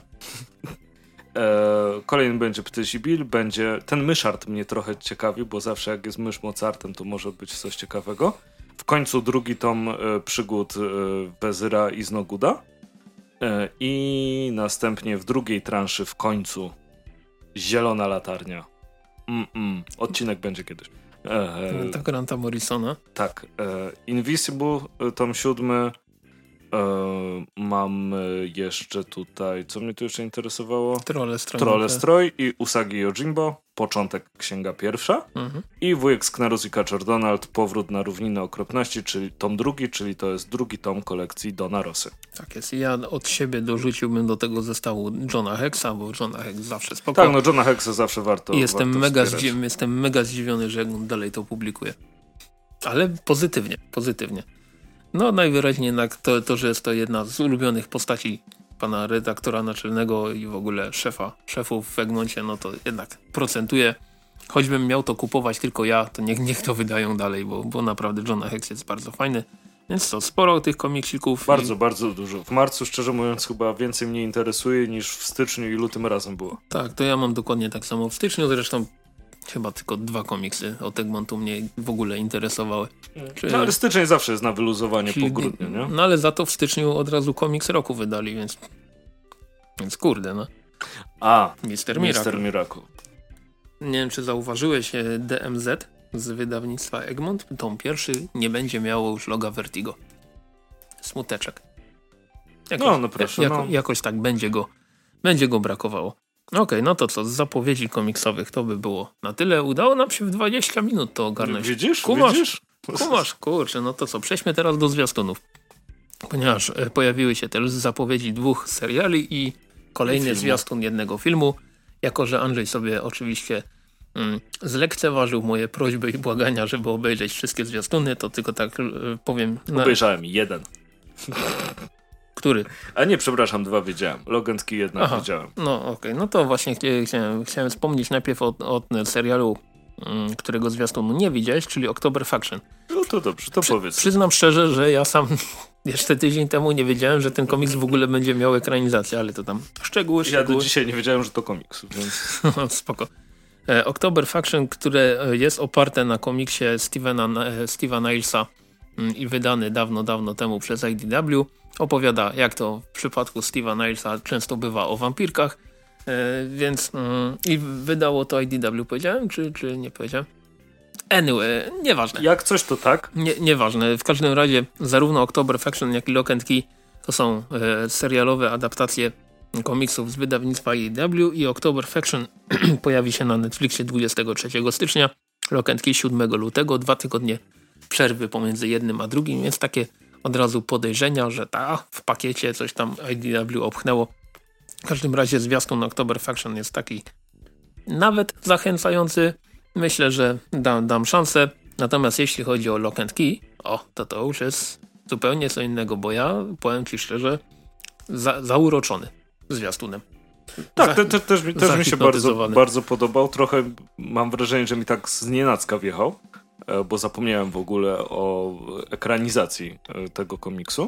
yy, kolejny będzie Ptysi Bill, będzie ten myszart mnie trochę ciekawi, bo zawsze jak jest mysz Mozartem, to może być coś ciekawego. W końcu drugi tom y, przygód y, Wezyra i Znoguda y, i następnie w drugiej transzy w końcu Zielona Latarnia. Mm -mm. Odcinek będzie kiedyś. E, e, Ta Granta Morrisona. Tak. E, Invisible, tom siódmy. E, mam jeszcze tutaj, co mnie tu jeszcze interesowało? Trolle Stroj. Trolle Stroj i Usagi Yojimbo. Początek księga pierwsza. Mhm. I Wujek Sknerus i Kaczor Donald, Powrót na równinę okropności, czyli tom drugi, czyli to jest drugi tom kolekcji Dona Rosy. Tak jest. Ja od siebie dorzuciłbym do tego zestawu Johna Hexa, bo Johna Hex zawsze spoko. Tak, no Johna Hexa zawsze warto I jestem, warto mega zdziw jestem mega zdziwiony, że on dalej to publikuje. Ale pozytywnie, pozytywnie. No najwyraźniej jednak to, to, że jest to jedna z ulubionych postaci pana redaktora naczelnego i w ogóle szefa, szefów w Egmoncie, no to jednak procentuje. Choćbym miał to kupować tylko ja, to niech, niech to wydają dalej, bo, bo naprawdę Johna Hex jest bardzo fajny. Więc co, sporo tych komiksików. Bardzo, i... bardzo dużo. W marcu, szczerze mówiąc, chyba więcej mnie interesuje niż w styczniu i lutym razem było. Tak, to ja mam dokładnie tak samo w styczniu, zresztą chyba tylko dwa komiksy od Egmontu mnie w ogóle interesowały. Czy... No ale styczeń zawsze jest na wyluzowanie Czyli... po grudniu, nie? No ale za to w styczniu od razu komiks roku wydali, więc więc kurde, no. A, mister Miracle. mister Miracle. Nie wiem, czy zauważyłeś, D M Z z wydawnictwa Egmont, tom pierwszy nie będzie miało już loga Vertigo. Smuteczek. Jakoś, no, no proszę. Jako, no. Jakoś tak będzie go, będzie go brakowało. Okej, okay, no to co, z zapowiedzi komiksowych to by było na tyle. Udało nam się w dwadzieścia minut to ogarnąć. Widzisz? Kumasz, Widzisz? Kumasz, kurczę, no to co, przejdźmy teraz do zwiastunów. Ponieważ e, pojawiły się też zapowiedzi dwóch seriali i kolejny I zwiastun jednego filmu. Jako że Andrzej sobie oczywiście mm, zlekceważył moje prośby i błagania, żeby obejrzeć wszystkie zwiastuny, to tylko tak e, powiem... Na... Obejrzałem jeden. Który? A nie, przepraszam, dwa wiedziałem. Logan Key jednak Aha, widziałem. No okej, okay. No to właśnie chciałem, chciałem wspomnieć najpierw o, o serialu, um, którego zwiastunu nie widziałeś, czyli October Faction. No to dobrze, to Przy, powiedz. Przyznam szczerze, że ja sam jeszcze tydzień temu nie wiedziałem, że ten komiks w ogóle będzie miał ekranizację, ale to tam szczegóły, szczegóły. Ja do dzisiaj nie wiedziałem, że to komiks, więc... Spoko. E, October Faction, które jest oparte na komiksie Stevena, e, Steve'a Nilesa mm, i wydany dawno, dawno temu przez I D W, opowiada, jak to w przypadku Steve'a Nilesa często bywa o wampirkach, e, więc mm, i wydało to I D W, powiedziałem, czy, czy nie powiedziałem? Anyway, nieważne. Jak coś, to tak? Nie, nieważne. W każdym razie zarówno October Faction, jak i Lock and Key to są e, serialowe adaptacje komiksów z wydawnictwa I D W i October Faction pojawi się na Netflixie dwudziestego trzeciego stycznia, Lock and Key siódmego lutego, dwa tygodnie przerwy pomiędzy jednym a drugim, więc takie od razu podejrzenia, że ta w pakiecie coś tam I D W obchnęło. W każdym razie zwiastun October Faction jest taki nawet zachęcający. Myślę, że dam, dam szansę. Natomiast jeśli chodzi o Lock and Key, o, to to już jest zupełnie co innego, bo ja powiem ci szczerze, za, zauroczony zwiastunem. Tak, za, te, te, też, też mi się bardzo, bardzo podobał. Trochę mam wrażenie, że mi tak znienacka wjechał, bo zapomniałem w ogóle o ekranizacji tego komiksu.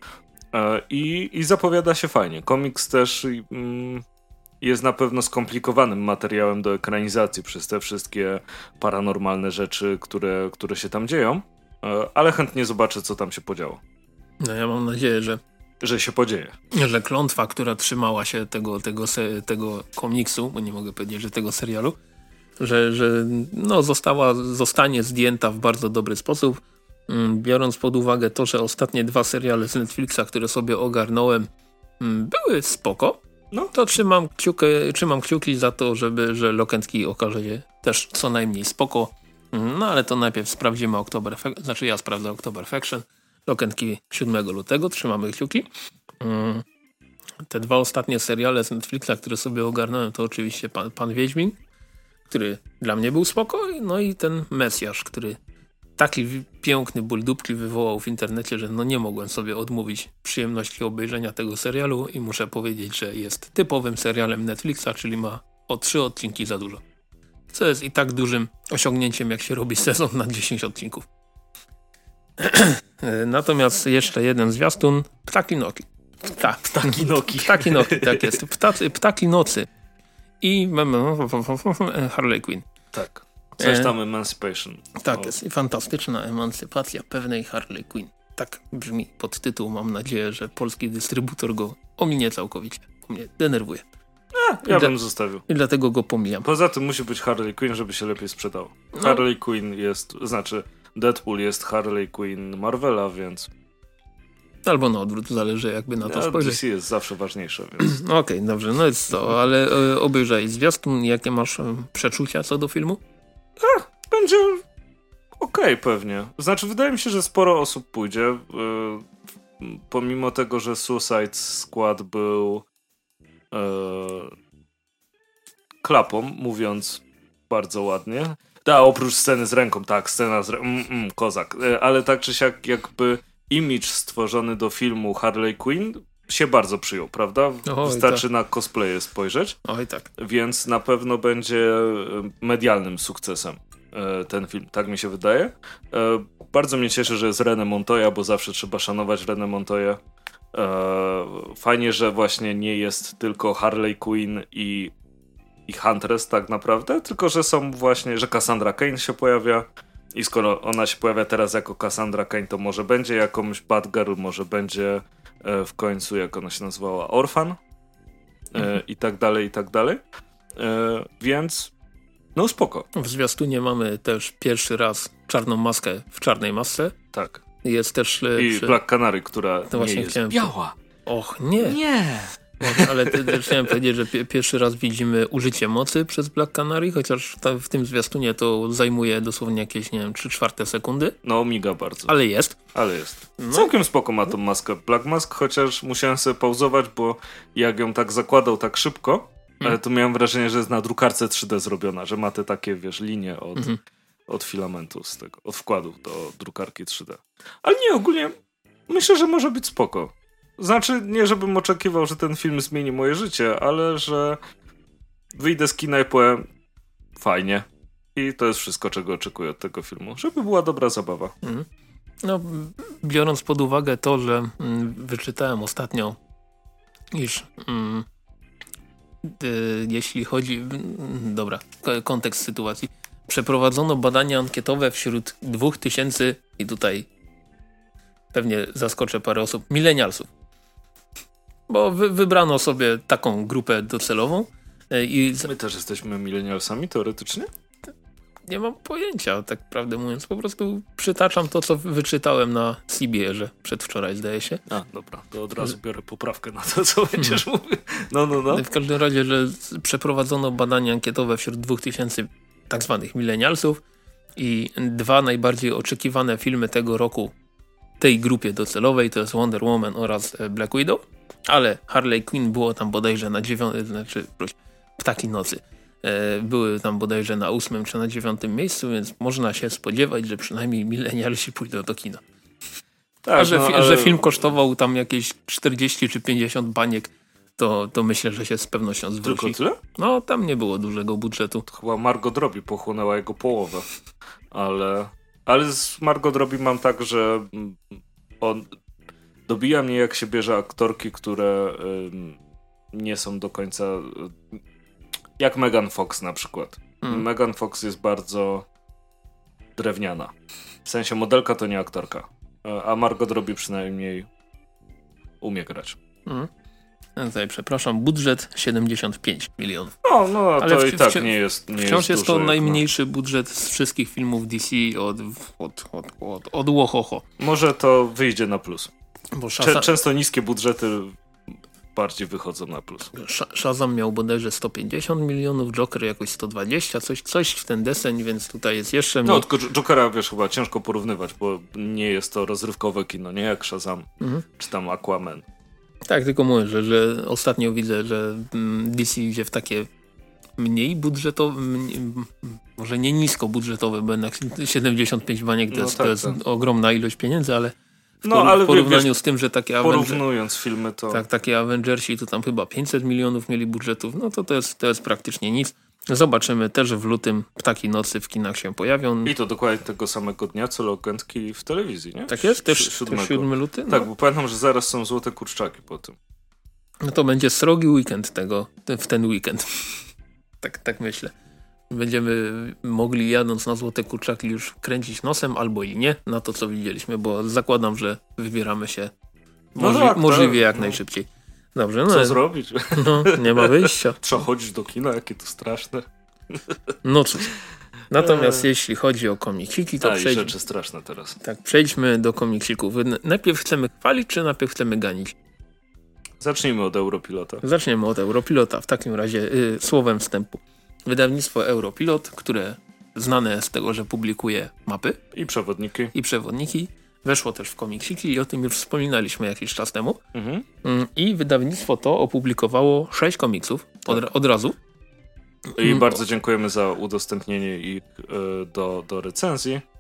I, i zapowiada się fajnie. Komiks też mm, jest na pewno skomplikowanym materiałem do ekranizacji przez te wszystkie paranormalne rzeczy, które, które się tam dzieją, ale chętnie zobaczę, co tam się podziało. No ja mam nadzieję, że że się podzieje. Że klątwa, która trzymała się tego, tego, tego komiksu, bo nie mogę powiedzieć, że tego serialu, że, że no została, zostanie zdjęta w bardzo dobry sposób. Biorąc pod uwagę to, że ostatnie dwa seriale z Netflixa, które sobie ogarnąłem, były spoko, no to trzymam kciuki, trzymam kciuki za to, żeby, że Lock and Key okaże się też co najmniej spoko. No ale to najpierw sprawdzimy October, znaczy ja sprawdzę October Faction. Lock and Key siódmego lutego, trzymamy kciuki. Te dwa ostatnie seriale z Netflixa, które sobie ogarnąłem, to oczywiście Pan, Pan Wiedźmin, który dla mnie był spoko, no i ten Mesjasz, który taki piękny ból dupki wywołał w internecie, że no nie mogłem sobie odmówić przyjemności obejrzenia tego serialu i muszę powiedzieć, że jest typowym serialem Netflixa, czyli ma o trzy odcinki za dużo. Co jest i tak dużym osiągnięciem, jak się robi sezon na dziesięć odcinków. Natomiast jeszcze jeden zwiastun. Ptaki Noki. Pta. Ptaki Noki. Ptaki Noki, tak jest. Ptacy, ptaki Nocy. I Harley Quinn. Tak. Coś tam Emancipation. Tak o. jest. I fantastyczna emancypacja pewnej Harley Quinn. Tak brzmi podtytuł. Mam nadzieję, że polski dystrybutor go ominie całkowicie. Bo mnie denerwuje. A, ja I bym dla, zostawił. I dlatego go pomijam. Poza tym musi być Harley Quinn, żeby się lepiej sprzedało. No. Harley Quinn jest, znaczy Deadpool jest Harley Quinn Marvela, więc... Albo na odwrót, zależy jakby na to ja, spojrzeć. D C jest zawsze ważniejsze, więc... Okej, okay, dobrze, no jest to, ale e, obejrzaj zwiastun. Jakie masz e, przeczucia co do filmu? A, będzie okej okay, pewnie. Znaczy wydaje mi się, że sporo osób pójdzie. E, pomimo tego, że Suicide Squad był e, klapą, mówiąc bardzo ładnie. Da, oprócz sceny z ręką, tak, scena z ręką, mm, mm, kozak. E, ale tak czy siak jakby image stworzony do filmu Harley Quinn się bardzo przyjął, prawda? Oj, Wystarczy tak. na cosplaye spojrzeć. Oj tak. Więc na pewno będzie medialnym sukcesem. ten film, tak mi się wydaje. Bardzo mnie cieszy, że jest René Montoya, bo zawsze trzeba szanować René Montoya. Fajnie, że właśnie nie jest tylko Harley Quinn i, i Huntress tak naprawdę, tylko że są właśnie, że Cassandra Cain się pojawia i skoro ona się pojawia teraz jako Cassandra Cain, to może będzie jakąś Bad Girl, może będzie w końcu, jak ona się nazywała, Orphan mhm. i tak dalej, i tak dalej. Więc no spoko. W zwiastunie mamy też pierwszy raz czarną maskę w czarnej masce. Tak. Jest też... I przy... Black Canary, która to nie jest chciałem... biała. Och, nie. Nie. No, ale też chciałem powiedzieć, że pi- pierwszy raz widzimy użycie mocy przez Black Canary, chociaż ta, w tym zwiastunie to zajmuje dosłownie jakieś, nie wiem, trzy czwarte sekundy. No, miga bardzo. Ale jest. Ale jest. No. Całkiem spoko ma tą maskę Black Mask, chociaż musiałem sobie pauzować, bo jak ją tak zakładał tak szybko, hmm. to miałem wrażenie, że jest na drukarce trzy D zrobiona, że ma te takie, wiesz, linie od, hmm. od filamentu z tego, od wkładu do drukarki trzy D. Ale nie, ogólnie myślę, że może być spoko. Znaczy, nie żebym oczekiwał, że ten film zmieni moje życie, ale że wyjdę z kina i powiem fajnie. I to jest wszystko, czego oczekuję od tego filmu. Żeby była dobra zabawa. Mm. No, biorąc pod uwagę to, że mm, wyczytałem ostatnio, iż mm, y, jeśli chodzi... Y, dobra, kontekst sytuacji. Przeprowadzono badania ankietowe wśród dwóch tysięcy i tutaj pewnie zaskoczę parę osób, milenialsów. Bo wy, wybrano sobie taką grupę docelową. I My też jesteśmy milenialsami teoretycznie? Nie mam pojęcia, tak prawdę mówiąc. Po prostu przytaczam to, co wyczytałem na C B R-ze przedwczoraj, zdaje się. A, dobra, to od razu biorę poprawkę na to, co będziesz hmm. mówił. No, no, no. W każdym razie, że przeprowadzono badania ankietowe wśród dwóch tysięcy tak zwanych milenialsów i dwa najbardziej oczekiwane filmy tego roku tej grupie docelowej to jest Wonder Woman oraz Black Widow, ale Harley Quinn było tam bodajże na dziewiątym, znaczy proś, Ptaki Nocy e, były tam bodajże na ósmym czy na dziewiątym miejscu, więc można się spodziewać, że przynajmniej milenialsi pójdą do kina. Tak, A że, no, fi- ale... że film kosztował tam jakieś czterdzieści czy pięćdziesiąt baniek, to, to myślę, że się z pewnością zwróci. Tylko tyle? No, tam nie było dużego budżetu. To chyba Margot Robbie pochłonęła jego połowę, ale... Ale z Margot Robbie mam tak, że on dobija mnie, jak się bierze aktorki, które ym, nie są do końca... Jak Megan Fox na przykład. Hmm. Megan Fox jest bardzo drewniana. W sensie modelka to nie aktorka. A Margot Robbie przynajmniej umie grać. Hmm. Tutaj, przepraszam, budżet siedemdziesiąt pięć milionów. No, no, ale to w, i tak wci- nie jest nie Wciąż jest, jest to najmniejszy no. budżet z wszystkich filmów D C od od, od, od, od Łohoho. Może to wyjdzie na plus. Bo Shazam... Często niskie budżety bardziej wychodzą na plus. Shazam miał bodajże sto pięćdziesiąt milionów, Joker jakoś sto dwadzieścia, coś, coś w ten deseń, więc tutaj jest jeszcze mniej. No, tylko Jokera, wiesz, chyba ciężko porównywać, bo nie jest to rozrywkowe kino, nie jak Shazam, mhm. czy tam Aquaman. Tak, tylko mówię, że, że ostatnio widzę, że D C idzie w takie mniej budżetowe, może nie nisko budżetowe, bo jednak siedemdziesiąt pięć baniek to, no jest, tak, to jest tak. ogromna ilość pieniędzy, ale w, no, ale w porównaniu wiesz, z tym, że takie porównując Avenger- filmy to... Tak, takie Avengersi to tam chyba pięćset milionów mieli budżetów, no to to jest, to jest praktycznie nic. Zobaczymy też, że w lutym Ptaki Nocy w kinach się pojawią. I to dokładnie tego samego dnia, co Loganki w telewizji, nie? Tak jest? Też siódmego luty? No. Tak, bo pamiętam, że zaraz są Złote Kurczaki po tym. No to będzie srogi weekend tego, w ten weekend. tak, tak myślę. Będziemy mogli jadąc na Złote Kurczaki już kręcić nosem albo i nie na to, co widzieliśmy, bo zakładam, że wybieramy się możli- no tak, możliwie tak, jak no. najszybciej. Dobrze, no. Co zrobić? No, nie ma wyjścia. Trzeba chodzić do kina, jakie to straszne. No cóż. Natomiast eee. jeśli chodzi o komiksiki, to A, przejdźmy... rzeczy straszne teraz. Tak, przejdźmy do komiksików. Najpierw chcemy chwalić, czy najpierw chcemy ganić? Zacznijmy od Europilota. Zaczniemy od Europilota. W takim razie yy, słowem wstępu. Wydawnictwo Europilot, które znane z tego, że publikuje mapy. I przewodniki. I przewodniki. Weszło też w komiksiki i o tym już wspominaliśmy jakiś czas temu. Mhm. I wydawnictwo to opublikowało sześć komiksów od, tak. od razu. I mm. bardzo dziękujemy za udostępnienie ich y, do, do recenzji. Y,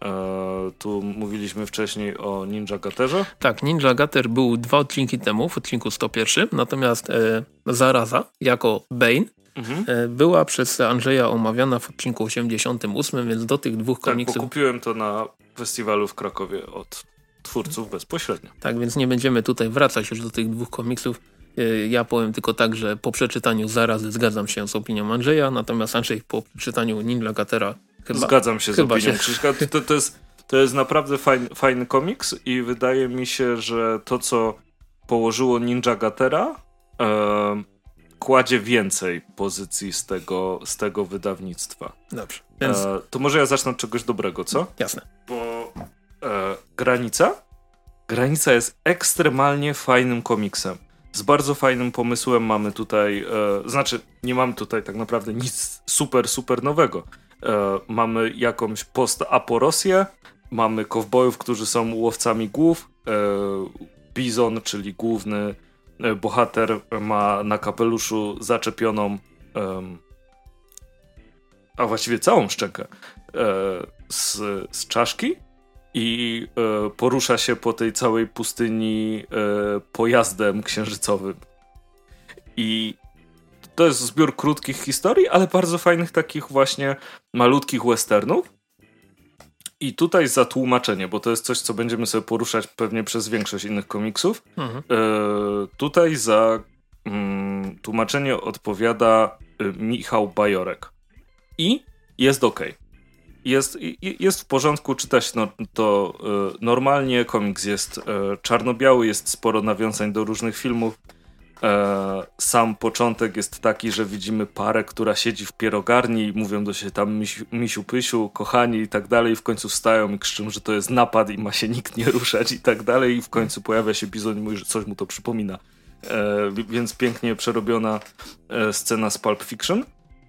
tu mówiliśmy wcześniej o Ninja Gatterze. Tak, Ninja Gatter był dwa odcinki temu, w odcinku sto jeden. Natomiast y, Zaraza jako Bane mhm. była przez Andrzeja omawiana w odcinku osiemdziesiątym ósmym, więc do tych dwóch komiksów... Tak, bo kupiłem to na festiwalu w Krakowie od twórców bezpośrednio. Tak, więc nie będziemy tutaj wracać już do tych dwóch komiksów. Ja powiem tylko tak, że po przeczytaniu Zarazy zgadzam się z opinią Andrzeja, natomiast Andrzej po przeczytaniu Ninja Gatera chyba... Zgadzam się chyba z opinią się... Krzyśka. To, to, jest, to jest naprawdę fajny, fajny komiks i wydaje mi się, że to, co położyło Ninja Gatera, e, kładzie więcej pozycji z tego, z tego wydawnictwa. Dobrze. Więc... E, to może ja zacznę od czegoś dobrego, co? Jasne. Bo e, Granica? Granica jest ekstremalnie fajnym komiksem. Z bardzo fajnym pomysłem mamy tutaj, e, znaczy nie mamy tutaj tak naprawdę nic super, super nowego. E, mamy jakąś post-aporosję, mamy kowbojów, którzy są łowcami głów, e, Bizon, czyli główny e, bohater, ma na kapeluszu zaczepioną e, a właściwie całą szczękę e, z, z czaszki i e, porusza się po tej całej pustyni e, pojazdem księżycowym. I to jest zbiór krótkich historii, ale bardzo fajnych takich właśnie malutkich westernów. I tutaj za tłumaczenie, bo to jest coś, co będziemy sobie poruszać pewnie przez większość innych komiksów. Mhm. E, tutaj za mm, tłumaczenie odpowiada y, Michał Bajorek. I jest okej. Okay. Jest, jest w porządku, czytać no, to y, normalnie. Komiks jest y, czarno-biały, jest sporo nawiązań do różnych filmów. E, sam początek jest taki, że widzimy parę, która siedzi w pierogarni i mówią do siebie tam misiu, misiu pysiu, kochani i tak dalej, i w końcu wstają i krzyczą, że to jest napad i ma się nikt nie ruszać i tak dalej, i w końcu pojawia się Bizon i mówi, że coś mu to przypomina. E, więc pięknie przerobiona e, scena z Pulp Fiction.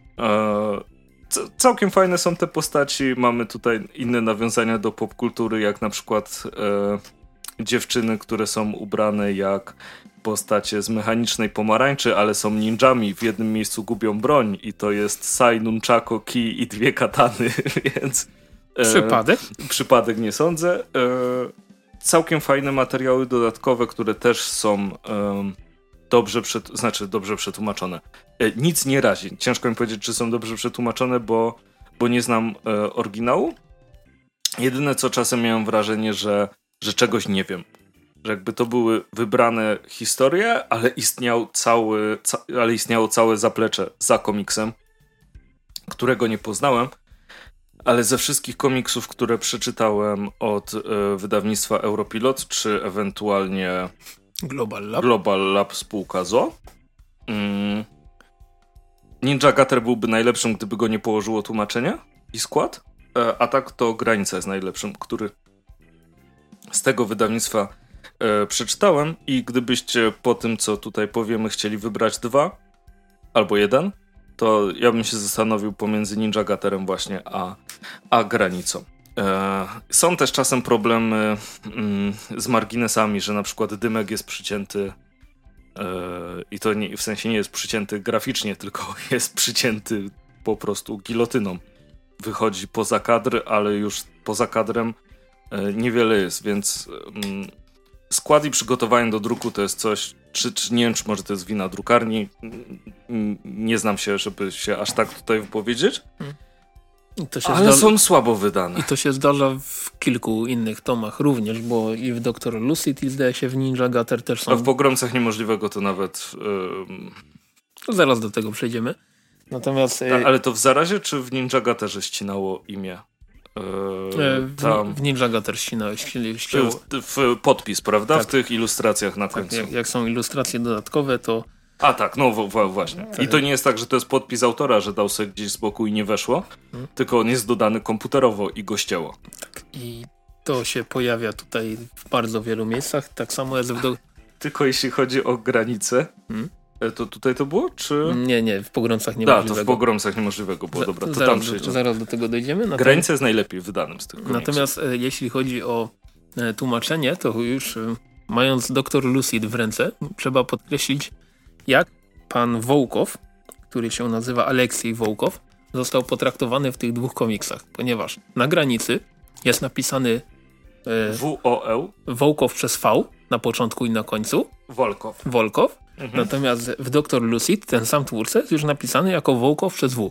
E, C- całkiem fajne są te postaci. Mamy tutaj inne nawiązania do popkultury, jak na przykład e, dziewczyny, które są ubrane jak postacie z Mechanicznej Pomarańczy, ale są ninjami. W jednym miejscu gubią broń i to jest sai, nunchako, kij i dwie katany, więc... E, przypadek? Przypadek nie sądzę. E, całkiem fajne materiały dodatkowe, które też są... E, Dobrze, przed, znaczy dobrze przetłumaczone. E, nic nie razi. Ciężko mi powiedzieć, czy są dobrze przetłumaczone, bo, bo nie znam e, oryginału. Jedyne co czasem miałem wrażenie, że, że czegoś nie wiem. Że jakby to były wybrane historie, ale, istniał cały, ca, ale istniało całe zaplecze za komiksem, którego nie poznałem. Ale ze wszystkich komiksów, które przeczytałem od e, wydawnictwa Europilot, czy ewentualnie... Global Lab. Global Lab spółka Z O. Mm. Ninja Gater byłby najlepszym, gdyby go nie położyło tłumaczenia i skład, e, a tak to Granica jest najlepszym, który z tego wydawnictwa e, przeczytałem, i gdybyście po tym, co tutaj powiemy, chcieli wybrać dwa albo jeden, to ja bym się zastanowił pomiędzy Ninja Gaterem właśnie a, a Granicą. Są też czasem problemy mm, z marginesami, że na przykład dymek jest przycięty yy, i to nie, w sensie nie jest przycięty graficznie, tylko jest przycięty po prostu gilotyną. Wychodzi poza kadr, ale już poza kadrem yy, niewiele jest, więc yy, skład i przygotowanie do druku to jest coś, czy, czy nie wiem, czy może to jest wina drukarni, yy, nie znam się, żeby się aż tak tutaj wypowiedzieć. Hmm. Ale zda... są słabo wydane. I to się zdarza w kilku innych tomach również, bo i w doktor Lucid i zdaje się w Ninja Gater też są... A w Pogromcach Niemożliwego to nawet... Yy... To zaraz do tego przejdziemy. Natomiast... A, ale to w Zarazie czy w Ninja Gaterze ścinało imię? Yy, w, tam... w Ninja Gater ścinałeś. Ścinało... W, w podpis, prawda? Tak. W tych ilustracjach na końcu. Tak, jak, jak są ilustracje dodatkowe, to... A tak, no w, w, właśnie. Tak. I to nie jest tak, że to jest podpis autora, że dał sobie gdzieś z boku i nie weszło, hmm. tylko on jest dodany komputerowo i go ścięło. Tak, i to się pojawia tutaj w bardzo wielu miejscach, tak samo jest w... Do... Tylko jeśli chodzi o granicę, hmm? to tutaj to było, czy... Nie, nie, w Pogromcach Niemożliwego. Tak, to w Pogromcach Niemożliwego było, dobra, to zaraz, tam przejdziemy. Zaraz do tego dojdziemy. Natomiast... Granica jest najlepiej wydanym z tych komiksów. Natomiast e, jeśli chodzi o e, tłumaczenie, to już e, mając doktor Lucid w ręce, trzeba podkreślić, jak pan Wołkow, który się nazywa Aleksiej Wołkow, został potraktowany w tych dwóch komiksach, ponieważ na granicy jest napisany e, W O L Wołkow przez V na początku i na końcu. Wolkow. Wolkow. Mhm. Natomiast w doktor Lucid ten sam twórca jest już napisany jako Wołkow przez W.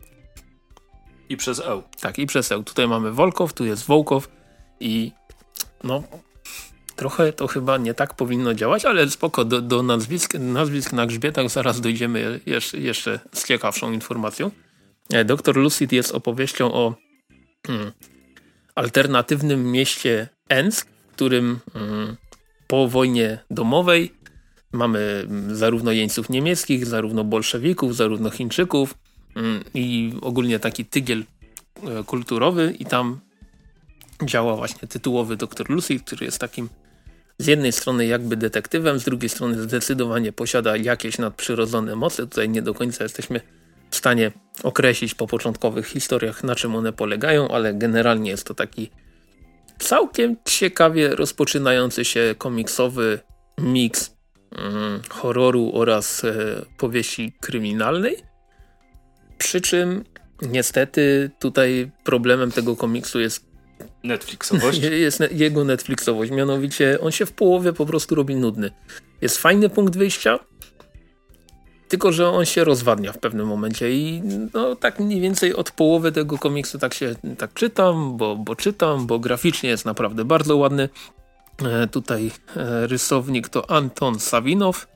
I przez E. Tak, i przez E. Tutaj mamy Wolkow, tu jest Wołkow i no trochę to chyba nie tak powinno działać, ale spoko, do, do nazwisk, nazwisk na grzbietach zaraz dojdziemy jeszcze, jeszcze z ciekawszą informacją. doktor Lucid jest opowieścią o hmm, alternatywnym mieście Ensk, w którym hmm, po wojnie domowej mamy zarówno jeńców niemieckich, zarówno bolszewików, zarówno Chińczyków hmm, i ogólnie taki tygiel e, kulturowy i tam działa właśnie tytułowy doktor Lucid, który jest takim z jednej strony jakby detektywem, z drugiej strony zdecydowanie posiada jakieś nadprzyrodzone moce. Tutaj nie do końca jesteśmy w stanie określić po początkowych historiach, na czym one polegają, ale generalnie jest to taki całkiem ciekawie rozpoczynający się komiksowy miks mm, horroru oraz e, powieści kryminalnej. Przy czym niestety tutaj problemem tego komiksu jest Netflixowość? Jest ne- jego Netflixowość, mianowicie on się w połowie po prostu robi nudny. Jest fajny punkt wyjścia, tylko że on się rozwadnia w pewnym momencie i no tak mniej więcej od połowy tego komiksu tak się tak czytam, bo, bo czytam, bo graficznie jest naprawdę bardzo ładny. E, tutaj e, rysownik to Anton Sawinow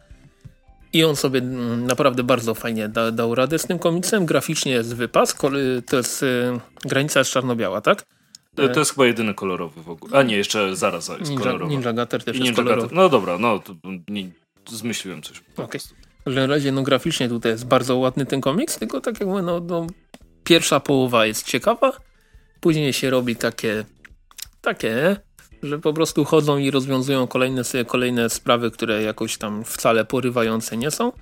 i on sobie m, naprawdę bardzo fajnie da, dał radę z tym komiksem. Graficznie jest wypas, to jest e, granica jest czarno-biała, tak? To jest chyba jedyny kolorowy w ogóle. A nie, jeszcze Zaraza jest Ninja, kolorowa. Ninja Gatter też I jest Ninja kolorowy. Gatter. No dobra, no to, nie, zmyśliłem coś. Okay. W każdym razie no graficznie tutaj jest bardzo ładny ten komiks, tylko tak jak mówię, no, no pierwsza połowa jest ciekawa, później się robi takie takie, że po prostu chodzą i rozwiązują kolejne sobie kolejne sprawy, które jakoś tam wcale porywające nie są.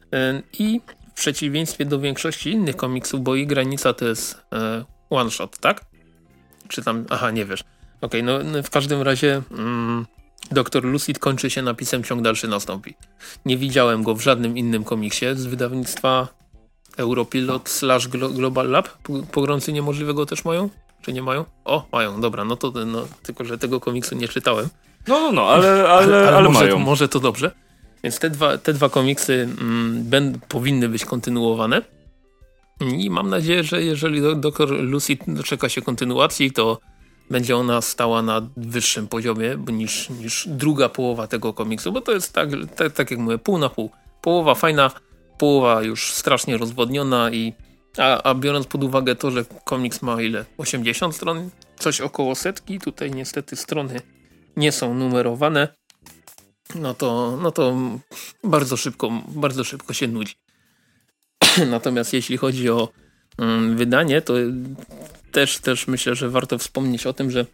I w przeciwieństwie do większości innych komiksów, bo i granica to jest e, one shot, tak? Czy tam, aha, nie wiesz. Okej, okay, no w każdym razie mm, doktor Lucid kończy się napisem ciąg dalszy nastąpi. Nie widziałem go w żadnym innym komiksie z wydawnictwa Europilot slash Global Lab. Pogromcy Niemożliwego też mają? Czy nie mają? O, mają, dobra, no to no, tylko, że tego komiksu nie czytałem. No, no, no, ale, ale, ale, ale, ale może, mają. Może to dobrze. Więc te dwa, te dwa komiksy mm, ben, powinny być kontynuowane. I mam nadzieję, że jeżeli doktor Lucid doczeka się kontynuacji, to będzie ona stała na wyższym poziomie niż, niż druga połowa tego komiksu, bo to jest tak, tak, tak jak mówię, pół na pół. Połowa fajna, połowa już strasznie rozwodniona i a, a biorąc pod uwagę to, że komiks ma ile? osiemdziesiąt stron? Coś około setki. Tutaj niestety strony nie są numerowane. No to, no to bardzo szybko, bardzo szybko się nudzi. Natomiast jeśli chodzi o mm, wydanie, to też, też myślę, że warto wspomnieć o tym, że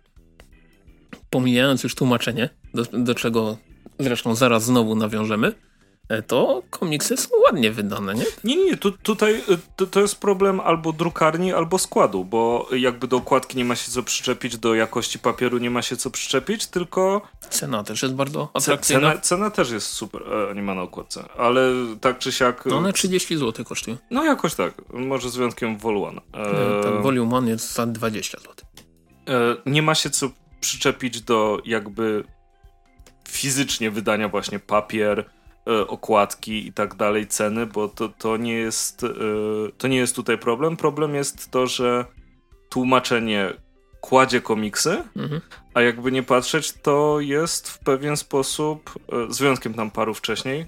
pomijając już tłumaczenie, do, do czego zresztą zaraz znowu nawiążemy, to komiksy są ładnie wydane, nie? Nie, nie, tu, tutaj to, to jest problem albo drukarni, albo składu, bo jakby do okładki nie ma się co przyczepić, do jakości papieru nie ma się co przyczepić, tylko... Cena też jest bardzo atrakcyjna. Cena, cena też jest super, e, nie ma na okładce, ale tak czy siak... No one trzydzieści złotych kosztują. No jakoś tak, może z wyjątkiem Volume One. E, tak, Volume One jest za dwadzieścia złotych. E, nie ma się co przyczepić do jakby fizycznie wydania właśnie papier, okładki i tak dalej, ceny, bo to, to nie jest to nie jest tutaj problem. Problem jest to, że tłumaczenie kładzie komiksy, mhm. a jakby nie patrzeć, to jest w pewien sposób, z wyjątkiem tam paru wcześniej,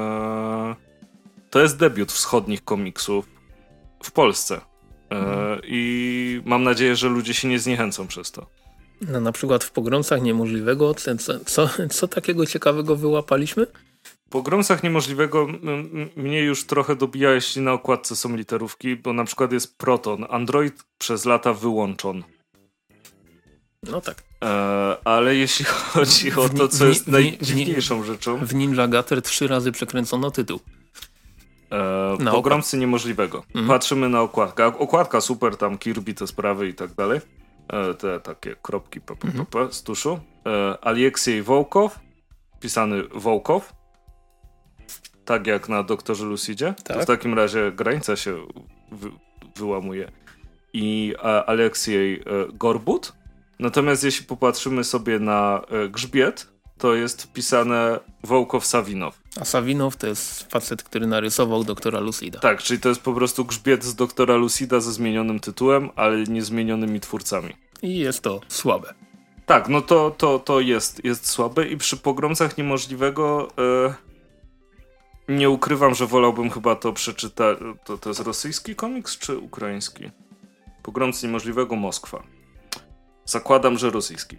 to jest debiut wschodnich komiksów w Polsce. Mhm. I mam nadzieję, że ludzie się nie zniechęcą przez to. No, na przykład w Pogromcach Niemożliwego co, co, co takiego ciekawego wyłapaliśmy? W Pogromcach Niemożliwego m- mnie już trochę dobija, jeśli na okładce są literówki, bo na przykład jest Proton. Android przez lata wyłączon. No tak. E, ale jeśli chodzi o to, co jest najdziwniejszą rzeczą... W Ninja Gatter trzy razy przekręcono tytuł. E, Pogromcy Niemożliwego. Mhm. Patrzymy na okładkę. Okładka super, tam Kirby, te sprawy i tak dalej. E, te takie kropki p, p, p, p, z tuszu. E, Aleksiej Wołkow, pisany Wołkow. Tak jak na doktorze Lucidzie. Tak. To w takim razie granica się wy, wyłamuje. I e, Aleksiej e, Gorbut. Natomiast jeśli popatrzymy sobie na e, grzbiet, to jest pisane Wołkow Sawinow. A Sawinow to jest facet, który narysował doktora Lucida. Tak, czyli to jest po prostu grzbiet z doktora Lucida ze zmienionym tytułem, ale niezmienionymi twórcami. I jest to słabe. Tak, no to, to, to jest, jest słabe i przy Pogromcach Niemożliwego e, nie ukrywam, że wolałbym chyba to przeczytać. To, to jest rosyjski komiks czy ukraiński? Pogromcy Niemożliwego Moskwa. Zakładam, że rosyjski.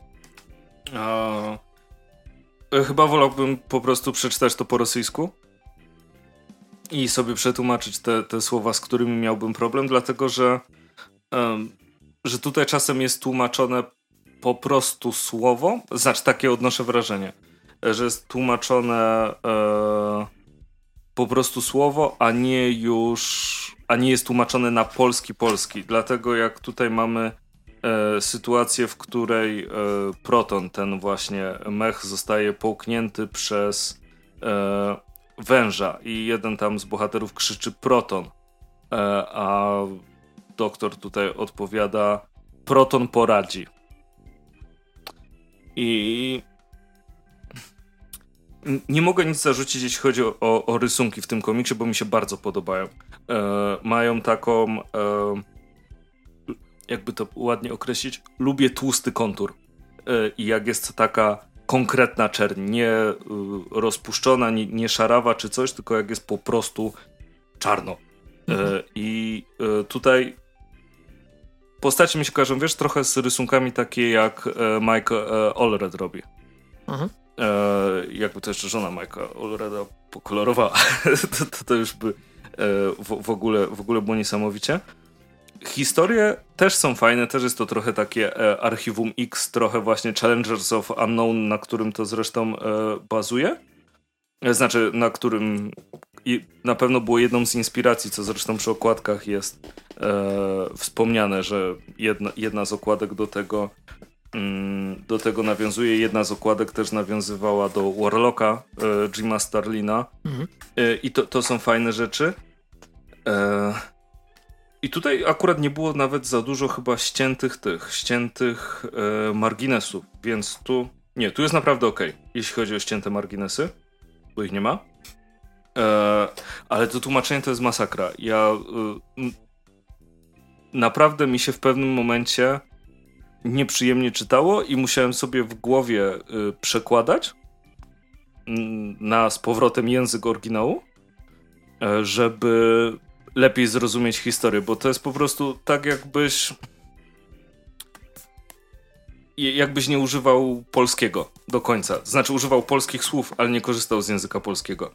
E, e, chyba wolałbym po prostu przeczytać to po rosyjsku i sobie przetłumaczyć te, te słowa, z którymi miałbym problem, dlatego że, e, że tutaj czasem jest tłumaczone po prostu słowo, znaczy takie odnoszę wrażenie, że jest tłumaczone e, po prostu słowo, a nie już, a nie jest tłumaczone na polski polski. Dlatego jak tutaj mamy e, sytuację, w której e, Proton, ten właśnie mech, zostaje połknięty przez e, węża i jeden tam z bohaterów krzyczy Proton, e, a doktor tutaj odpowiada Proton poradzi. I nie mogę nic zarzucić, jeśli chodzi o, o rysunki w tym komiksie, bo mi się bardzo podobają. E, mają taką, e, jakby to ładnie określić, lubię tłusty kontur. E, I jak jest taka konkretna czerń, nie e, rozpuszczona, nie, nie szarawa czy coś, tylko jak jest po prostu czarno. Mhm. E, I e, tutaj postacie mi się kojarzą, wiesz, trochę z rysunkami takie jak e, Mike e, Allred robi. Mhm. E, jakby to jeszcze żona Mike'a Allreda pokolorowała, to, to, to już by e, w, w, ogóle, w ogóle było niesamowicie. Historie też są fajne, też jest to trochę takie e, Archiwum X, trochę właśnie Challengers of Unknown, na którym to zresztą e, bazuje. E, znaczy, na którym i na pewno było jedną z inspiracji, co zresztą przy okładkach jest e, wspomniane, że jedna, jedna z okładek do tego mm, do tego nawiązuje. Jedna z okładek też nawiązywała do Warlocka e, Jima Starlina. Mhm. E, I to, to są fajne rzeczy. E, I tutaj akurat nie było nawet za dużo chyba ściętych tych, ściętych e, marginesów, więc tu nie, tu jest naprawdę okej, okay, jeśli chodzi o ścięte marginesy, bo ich nie ma. E, ale to tłumaczenie to jest masakra. Ja e, naprawdę mi się w pewnym momencie nieprzyjemnie czytało i musiałem sobie w głowie e, przekładać na z powrotem język oryginału, e, żeby lepiej zrozumieć historię, bo to jest po prostu tak, jakbyś jakbyś nie używał polskiego do końca. Znaczy używał polskich słów, ale nie korzystał z języka polskiego.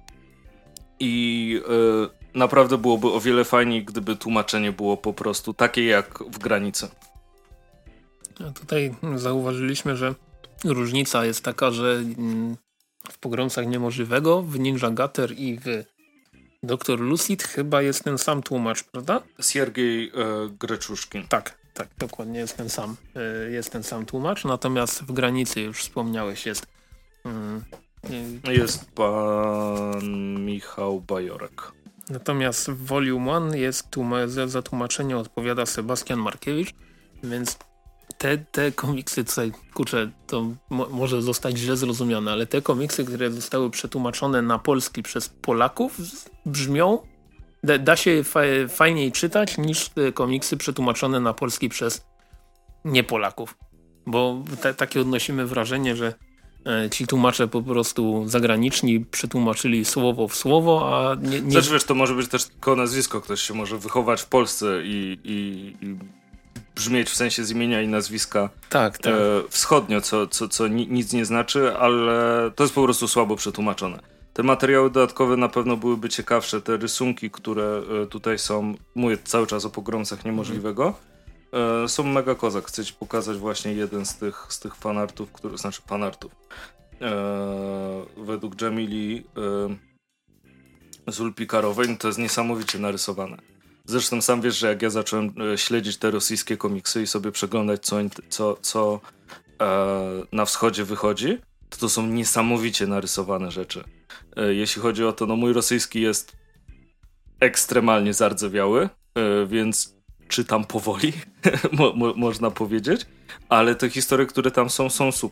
I yy, naprawdę byłoby o wiele fajniej, gdyby tłumaczenie było po prostu takie jak w Granicy. A tutaj zauważyliśmy, że różnica jest taka, że w Pogromcach Niemożliwego, w Ninja Gatter i w Doktor Lucid chyba jest ten sam tłumacz, prawda? Siergiej e, Greczuszkin. Tak, tak, dokładnie jest ten sam. E, jest ten sam tłumacz, natomiast w Granicy, już wspomniałeś, jest mm, jest pan Michał Bajorek. Natomiast w Volume jeden jest tłum- za, za tłumaczenie odpowiada Sebastian Markiewicz, więc te, te komiksy tutaj, kurczę, to mo- może zostać źle zrozumiane, ale te komiksy, które zostały przetłumaczone na polski przez Polaków, brzmią, da, da się fa- fajniej czytać niż te komiksy przetłumaczone na polski przez nie Polaków. Bo te, takie odnosimy wrażenie, że e, ci tłumacze po prostu zagraniczni przetłumaczyli słowo w słowo, a nie... nie... Znaczy, wiesz, to może być też tylko nazwisko, ktoś się może wychować w Polsce i... i, i... brzmieć w sensie z imienia i nazwiska tak, tak. E, wschodnio, co, co, co ni, nic nie znaczy, ale to jest po prostu słabo przetłumaczone. Te materiały dodatkowe na pewno byłyby ciekawsze. Te rysunki, które e, tutaj są, mówię cały czas o Pogromcach Niemożliwego, e, są mega kozak. Chcę ci pokazać właśnie jeden z tych, z tych fanartów, który, znaczy fanartów. E, według Jamili e, Zulpikarowej, no to jest niesamowicie narysowane. Zresztą sam wiesz, że jak ja zacząłem śledzić te rosyjskie komiksy i sobie przeglądać, co, co, co e, na wschodzie wychodzi, to to są niesamowicie narysowane rzeczy. E, jeśli chodzi o to, no mój rosyjski jest ekstremalnie zardzewiały, e, więc czytam powoli, mo, mo, można powiedzieć, ale te historie, które tam są, są super.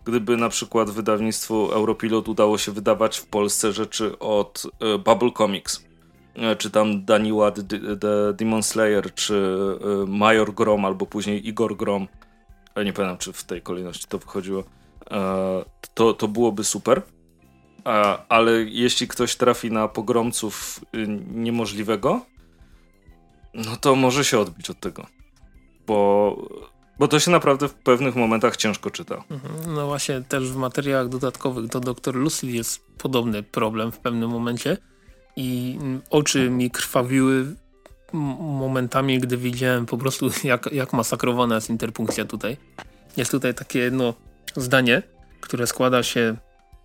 gdyby na przykład wydawnictwu Europilot udało się wydawać w Polsce rzeczy od y, Bubble Comics, y, czy tam Daniła the, the Demon Slayer, czy y, Major Grom, albo później Igor Grom, ale nie pamiętam, czy w tej kolejności to wychodziło, y, to, to byłoby super. A, ale jeśli ktoś trafi na pogromców y, niemożliwego, no to może się odbić od tego. Bo, bo to się naprawdę w pewnych momentach ciężko czyta. No właśnie, też w materiałach dodatkowych do doktor Lucy jest podobny problem w pewnym momencie i oczy mi krwawiły momentami, gdy widziałem po prostu jak, jak masakrowana jest interpunkcja tutaj. Jest tutaj takie jedno zdanie, które składa się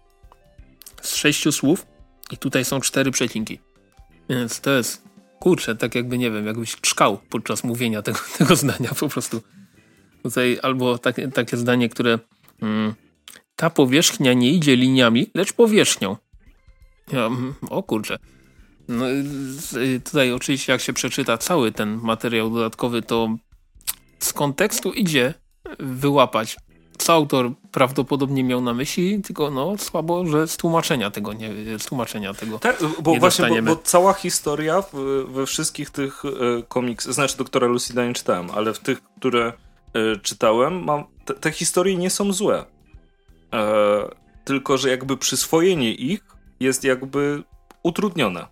z sześciu słów i tutaj są cztery przecinki. Więc to jest, kurczę, tak jakby, nie wiem, jakbyś czkał podczas mówienia tego, tego zdania po prostu. Tutaj albo takie, takie zdanie, które mm, ta powierzchnia nie idzie liniami, lecz powierzchnią. Ja, o kurczę. No, tutaj oczywiście jak się przeczyta cały ten materiał dodatkowy, to z kontekstu idzie wyłapać, co autor prawdopodobnie miał na myśli, tylko no słabo, że z tłumaczenia tego nie, z tłumaczenia tego tak, bo nie właśnie, bo, dostaniemy. bo cała historia w, we wszystkich tych e, komiksach, znaczy doktora Lucida nie czytałem, ale w tych, które e, czytałem, mam, te, te historie nie są złe. E, tylko, że jakby przyswojenie ich jest jakby utrudnione.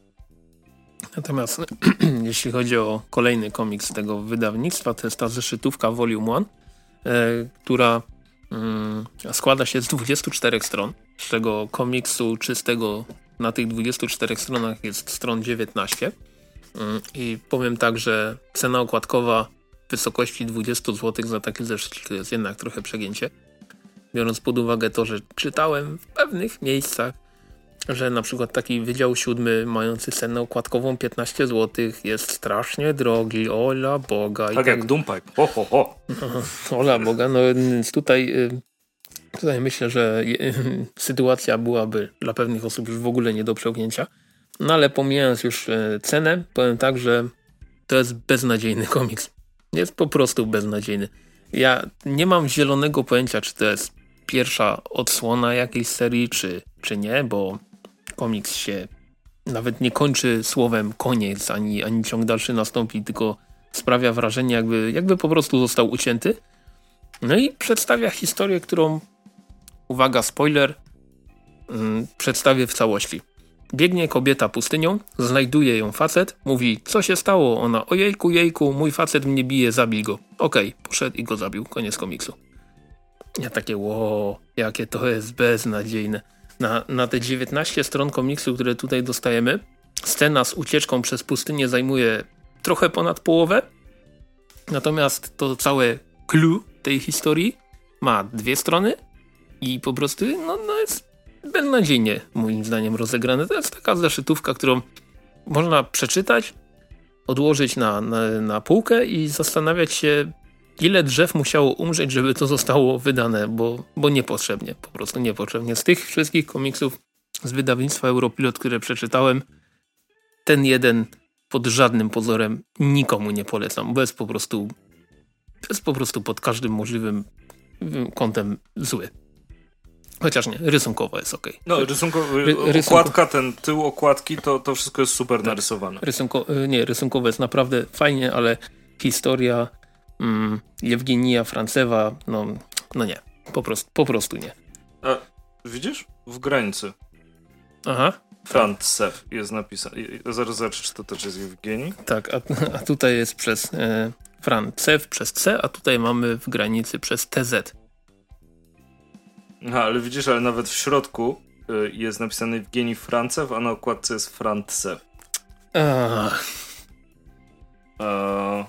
Natomiast jeśli chodzi o kolejny komiks tego wydawnictwa, to jest ta zeszytówka Volume jeden, e, która mm, składa się z dwudziestu czterech stron, z czego komiksu czystego na tych dwudziestu czterech stronach jest stron dziewiętnaście. Mm, I powiem tak, że cena okładkowa w wysokości dwadzieścia złotych za taki zeszyt to jest jednak trochę przegięcie. Biorąc pod uwagę to, że czytałem w pewnych miejscach, że na przykład taki Wydział Siódmy mający cenę okładkową piętnaście złotych jest strasznie drogi, ola Boga. Tak, i tak jak Doompipe, ho, ho, ho. Ola Boga, no więc tutaj, tutaj myślę, że sytuacja byłaby dla pewnych osób już w ogóle nie do przełknięcia. No ale pomijając już cenę, powiem tak, że to jest beznadziejny komiks. Jest po prostu beznadziejny. Ja nie mam zielonego pojęcia, czy to jest pierwsza odsłona jakiejś serii, czy, czy nie, bo komiks się nawet nie kończy słowem koniec, ani, ani ciąg dalszy nastąpi, tylko sprawia wrażenie, jakby, jakby po prostu został ucięty. No i przedstawia historię, którą, uwaga, spoiler, mm, przedstawię w całości. Biegnie kobieta pustynią, znajduje ją facet, mówi, co się stało? Ona, ojejku, jejku, mój facet mnie bije, zabij go. Okej, okay, poszedł i go zabił, koniec komiksu. Ja takie, wow, jakie to jest beznadziejne. Na, na te dziewiętnaście stron komiksu, które tutaj dostajemy, scena z ucieczką przez pustynię zajmuje trochę ponad połowę, natomiast to całe clue tej historii ma dwie strony i po prostu no, no jest beznadziejnie moim zdaniem rozegrane. To jest taka zeszytówka, którą można przeczytać, odłożyć na, na, na półkę i zastanawiać się, ile drzew musiało umrzeć, żeby to zostało wydane, bo, bo niepotrzebnie, po prostu niepotrzebnie. Z tych wszystkich komiksów z wydawnictwa Europilot, które przeczytałem, ten jeden pod żadnym pozorem nikomu nie polecam, bo jest po prostu, jest po prostu pod każdym możliwym kątem zły. Chociaż nie, rysunkowo jest okej. Okay. No, rysunkowo, Ry, rysunko... okładka, ten tył okładki, to, to wszystko jest super tak. narysowane. Rysunko, nie, rysunkowo jest naprawdę fajnie, ale historia mm, Jewgenija Francewa, no, no nie, po prostu, po prostu nie. A widzisz? W granicy. Aha. Francew jest napisane. Zaraz zobaczę, czy to też jest Jewgenij. Tak, a, a tutaj jest przez e, Francew, przez C, a tutaj mamy w granicy przez T Z. Aha, ale widzisz, ale nawet w środku y, jest napisane Jewgenij Francew, a na okładce jest Francew. Ach. Eee...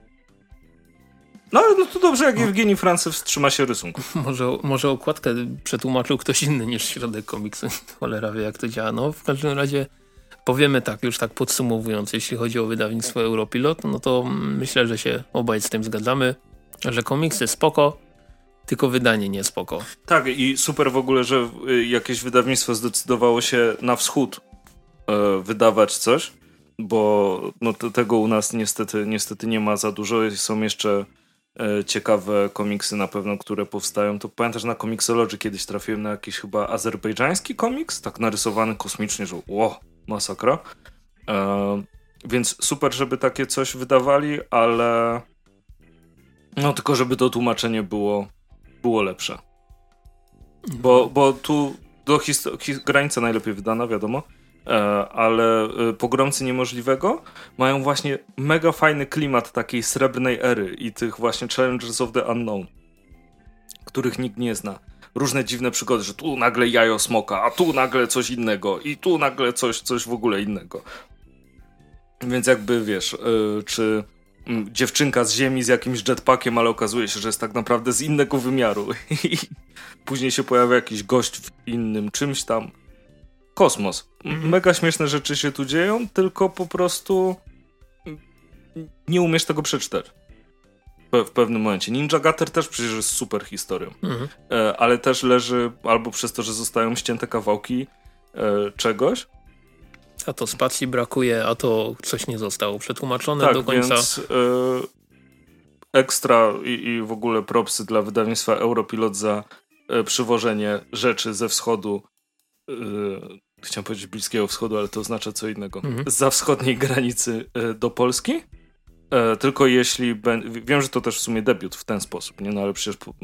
No ale no to dobrze, jak Jewgenij Francew wstrzyma się rysunku. Może, może okładkę przetłumaczył ktoś inny niż środek komiksu. Cholera wie, jak to działa. No w każdym razie powiemy tak, już tak podsumowując, jeśli chodzi o wydawnictwo Europilot, no to myślę, że się obaj z tym zgadzamy, że komiksy spoko, tylko wydanie nie spoko. Tak, i super w ogóle, że jakieś wydawnictwo zdecydowało się na wschód e, wydawać coś, bo no, tego u nas niestety, niestety nie ma za dużo. Są jeszcze e, ciekawe komiksy na pewno, które powstają. To pamiętasz, na Comixology kiedyś trafiłem na jakiś chyba azerbejdżański komiks, tak narysowany kosmicznie, że ło, masakra. E, więc super, żeby takie coś wydawali, ale no tylko żeby to tłumaczenie było, było lepsze. Bo, bo tu do histo- his- granica najlepiej wydana, wiadomo, e, ale e, Pogromcy Niemożliwego mają właśnie mega fajny klimat takiej srebrnej ery i tych właśnie Challengers of the Unknown, których nikt nie zna. Różne dziwne przygody, że tu nagle jajo smoka, a tu nagle coś innego i tu nagle coś, coś w ogóle innego. Więc jakby wiesz, yy, czy yy, dziewczynka z ziemi z jakimś jetpackiem, ale okazuje się, że jest tak naprawdę z innego wymiaru. I później się pojawia jakiś gość w innym czymś tam. Kosmos. Mm-hmm. Mega śmieszne rzeczy się tu dzieją, tylko po prostu nie umiesz tego przeczytać. Pe- w pewnym momencie. Ninja Gatter też przecież jest super historią. Mm-hmm. E, ale też leży albo przez to, że zostają ścięte kawałki e, czegoś. A to spacji brakuje, a to coś nie zostało przetłumaczone tak, do końca. Więc y, ekstra i, i w ogóle propsy dla wydawnictwa Europilot za y, przywożenie rzeczy ze wschodu, y, chciałem powiedzieć Bliskiego Wschodu, ale to oznacza co innego, mhm. zza wschodniej granicy y, do Polski. Y, tylko jeśli, be, wiem, że to też w sumie debiut w ten sposób, nie? No ale przecież po,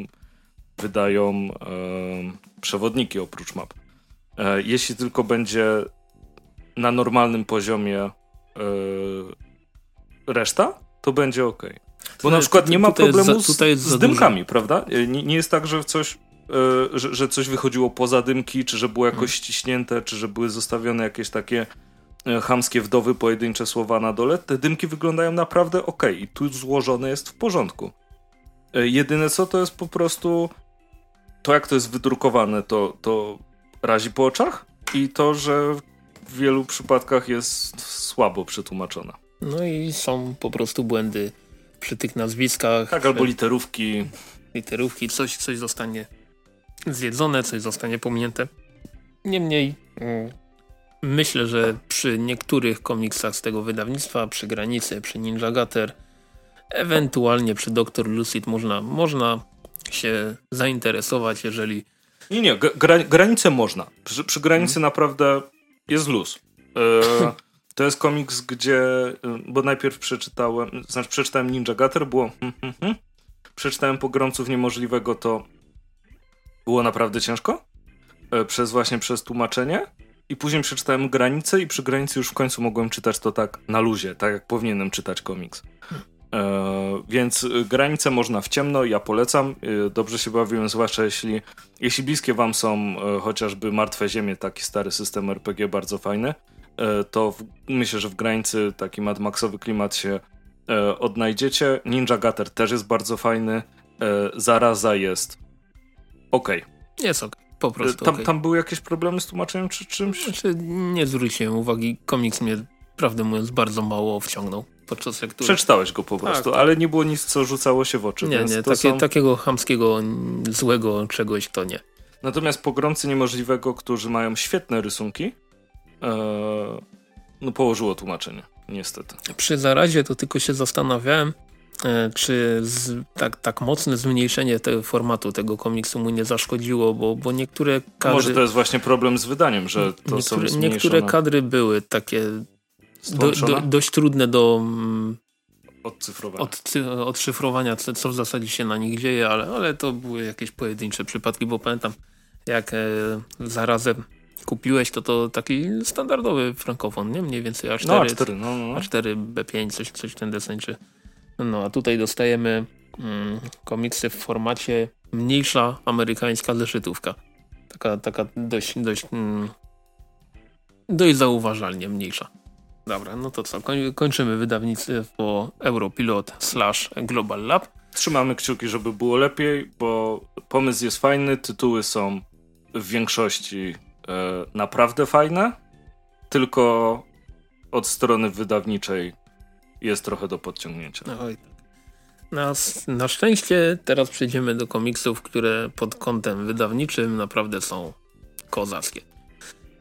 wydają y, przewodniki oprócz map. Y, jeśli tylko będzie na normalnym poziomie yy, reszta, to będzie okej. Okay. Bo tutaj, na przykład nie ma problemu za, z, z dymkami, dużo. Prawda? Nie, nie jest tak, że coś, yy, że, że coś wychodziło poza dymki, czy że było jakoś hmm. ściśnięte, czy że były zostawione jakieś takie yy, chamskie wdowy, pojedyncze słowa na dole. Te dymki wyglądają naprawdę okej okay. I tu złożone jest w porządku. Yy, jedyne co, to jest po prostu to, jak to jest wydrukowane, to, to razi po oczach i to, że w wielu przypadkach jest słabo przetłumaczona. No i są po prostu błędy przy tych nazwiskach. Tak, albo literówki. Literówki, coś, coś zostanie zjedzone, coś zostanie pominięte. Niemniej mm, myślę, że przy niektórych komiksach z tego wydawnictwa, przy Granicy, przy Ninja Gatter, ewentualnie przy doktor Lucid można, można się zainteresować, jeżeli... Nie, nie, gra, granice można. Przy, przy Granicy hmm. naprawdę jest luz. E, to jest komiks, gdzie... Bo najpierw przeczytałem... Znaczy przeczytałem Ninja Gatter, było... Hmm, hmm, hmm. Przeczytałem Pogromców Niemożliwego, to było naprawdę ciężko. E, przez właśnie przez tłumaczenie. I później przeczytałem Granicę i przy Granicy już w końcu mogłem czytać to tak na luzie, tak jak powinienem czytać komiks. E, więc Granice można w ciemno, ja polecam. E, dobrze się bawiłem, zwłaszcza jeśli, jeśli bliskie wam są e, chociażby Martwe Ziemie, taki stary system er pe gie, bardzo fajny, e, to w, myślę, że w Granicy taki Mad Maxowy klimat się e, odnajdziecie. Ninja Gatter też jest bardzo fajny. E, Zaraza jest okej. Okay. Jest okej, okay. Po prostu tam, okay. tam były jakieś problemy z tłumaczeniem czy czymś? Znaczy, nie zwróciłem uwagi. Komiks mnie, prawdę mówiąc, bardzo mało wciągnął. Podczas lektury. Przeczytałeś go po prostu, tak, ale nie było nic, co rzucało się w oczy. Nie, więc nie, to takie, są... takiego chamskiego, złego czegoś to nie. Natomiast Pogromcy Niemożliwego, którzy mają świetne rysunki, ee, no położyło tłumaczenie, niestety. Przy Zarazie to tylko się zastanawiałem, e, czy z, tak, tak mocne zmniejszenie tego formatu tego komiksu mu nie zaszkodziło, bo, bo niektóre kadry... Może to jest właśnie problem z wydaniem, że to niektóre, są zmniejszone. Niektóre kadry były takie... Do, do, dość trudne do mm, odcyfrowania, od, odszyfrowania, co, co w zasadzie się na nich dzieje, ale, ale to były jakieś pojedyncze przypadki, bo pamiętam, jak e, zarazem kupiłeś, to to taki standardowy frankofon, nie? Mniej więcej A cztery, no, A cztery, no, no. A cztery B pięć, coś, coś w ten deseń, czy... No, a tutaj dostajemy mm, komiksy w formacie mniejsza amerykańska zeszytówka. Taka, taka dość, dość, mm, dość zauważalnie mniejsza. Dobra, no to co? Koń, kończymy wydawnictwo Europilot slash Global Lab. Trzymamy kciuki, żeby było lepiej, bo pomysł jest fajny, tytuły są w większości e, naprawdę fajne, tylko od strony wydawniczej jest trochę do podciągnięcia. Oj, tak. Na, na szczęście teraz przejdziemy do komiksów, które pod kątem wydawniczym naprawdę są kozackie.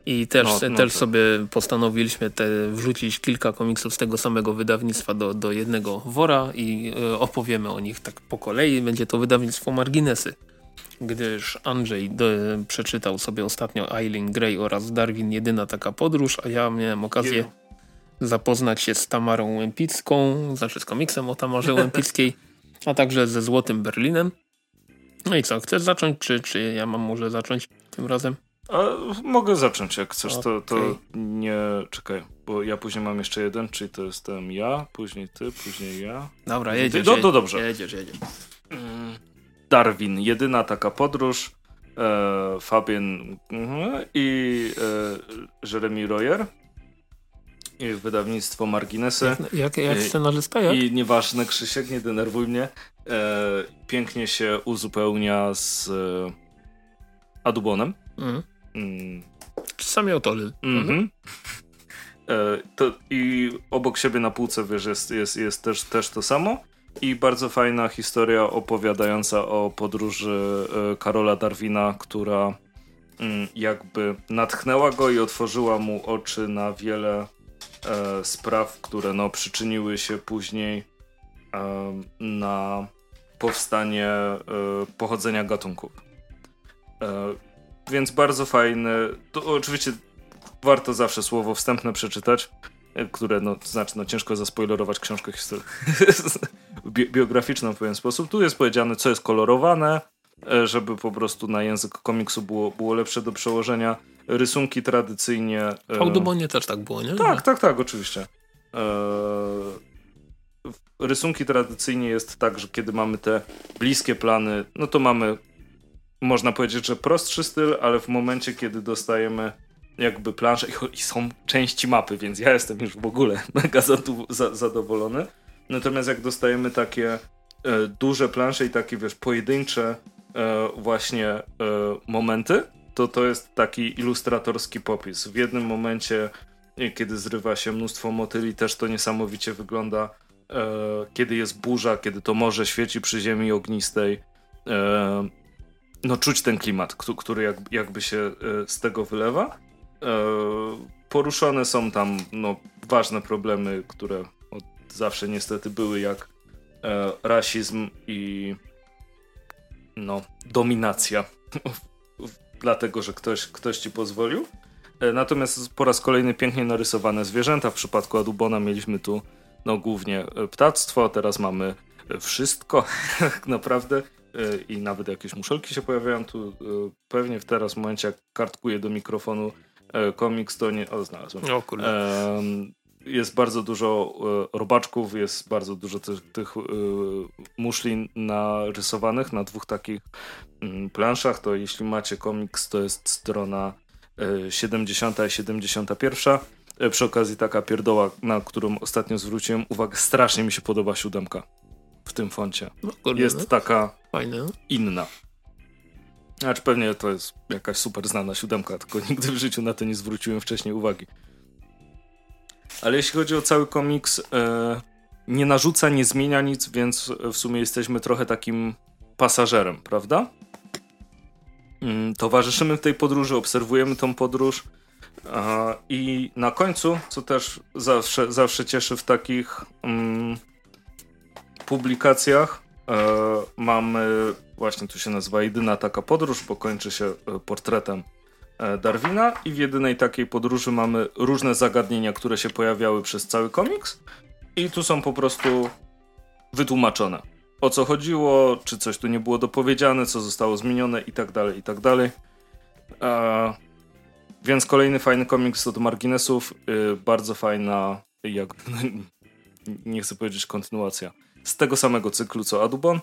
I też, no, no też tak. sobie postanowiliśmy te, wrzucić kilka komiksów z tego samego wydawnictwa do, do jednego wora i y, opowiemy o nich tak po kolei. Będzie to wydawnictwo Marginesy, gdyż Andrzej do, przeczytał sobie ostatnio Eileen Grey oraz Darwin Jedyna taka podróż, a ja miałem okazję yeah. zapoznać się z Tamarą Łępicką, znaczy z komiksem o Tamarze Łępickiej, a także ze Złotym Berlinem. No i co, chcesz zacząć, czy, czy ja mam może zacząć tym razem? A, mogę zacząć, jak chcesz, okay. to, to nie... Czekaj, bo ja później mam jeszcze jeden, czyli to jestem ja, później ty, później ja. Dobra, jedziesz, no, to dobrze. Jedziesz, jedziesz. Darwin, Jedyna taka podróż, e, Fabien mm, i e, Jeremy Royer, i wydawnictwo Marginesy. Jak, jak, jak scenarzysta, jak? I nieważne, Krzysiek, nie denerwuj mnie, e, pięknie się uzupełnia z e, Adubonem. Mm. Mm. Sami autorzy. Mm-hmm. E, to, I obok siebie na półce, wiesz, jest, jest, jest też, też to samo. I bardzo fajna historia opowiadająca o podróży e, Karola Darwina, która mm, jakby natchnęła go i otworzyła mu oczy na wiele e, spraw, które no, przyczyniły się później e, na powstanie e, pochodzenia gatunków. E, więc bardzo fajny. To oczywiście warto zawsze słowo wstępne przeczytać, które, no, to znaczy, no, ciężko zaspoilerować książkę histor- bi- biograficzną w pewien sposób. Tu jest powiedziane, co jest kolorowane, żeby po prostu na język komiksu było, było lepsze do przełożenia. Rysunki tradycyjnie... W Audubonie też tak było, nie? Tak, tak, tak, oczywiście. Rysunki tradycyjnie jest tak, że kiedy mamy te bliskie plany, no to mamy, można powiedzieć, że prostszy styl, ale w momencie, kiedy dostajemy jakby plansze i są części mapy, więc ja jestem już w ogóle mega zadu- za- zadowolony. Natomiast jak dostajemy takie e, duże plansze i takie, wiesz, pojedyncze e, właśnie e, momenty, to to jest taki ilustratorski popis. W jednym momencie, kiedy zrywa się mnóstwo motyli, też to niesamowicie wygląda. E, kiedy jest burza, kiedy to morze świeci przy ziemi ognistej. E, no czuć ten klimat, który jak, jakby się e, z tego wylewa. Poruszone są tam no, ważne problemy, które od zawsze niestety były, jak e, rasizm i no, dominacja dlatego, że ktoś, ktoś ci pozwolił. E, natomiast po raz kolejny pięknie narysowane zwierzęta. W przypadku Adubona mieliśmy tu no, głównie ptactwo, teraz mamy wszystko naprawdę e, i nawet jakieś muszelki się pojawiają tu. E, pewnie teraz w momencie, jak kartkuję do mikrofonu komiks, to nie... O, znalazłem. O, kurde. E, jest bardzo dużo e, robaczków, jest bardzo dużo tych, tych e, muszli narysowanych na dwóch takich m, planszach. To jeśli macie komiks, to jest strona e, siedemdziesiąta i siedemdziesiąta pierwsza. E, przy okazji taka pierdoła, na którą ostatnio zwróciłem uwagę. Strasznie mi się podoba siódemka w tym foncie. No, kurde, jest no. taka Fajne. inna. Znaczy pewnie to jest jakaś super znana siódemka, tylko nigdy w życiu na to nie zwróciłem wcześniej uwagi. Ale jeśli chodzi o cały komiks, e, nie narzuca, nie zmienia nic, więc w sumie jesteśmy trochę takim pasażerem, prawda? Mm, towarzyszymy w tej podróży, obserwujemy tą podróż a, i na końcu, co też zawsze, zawsze cieszy w takich mm, publikacjach, e, mamy... Właśnie tu się nazywa Jedyna taka podróż, bo kończy się portretem Darwina i w jedynej takiej podróży mamy różne zagadnienia, które się pojawiały przez cały komiks i tu są po prostu wytłumaczone. O co chodziło, czy coś tu nie było dopowiedziane, co zostało zmienione i tak dalej, i tak dalej. E, więc kolejny fajny komiks od Marginesów, y, bardzo fajna, jak, nie chcę powiedzieć kontynuacja, z tego samego cyklu co Adubon.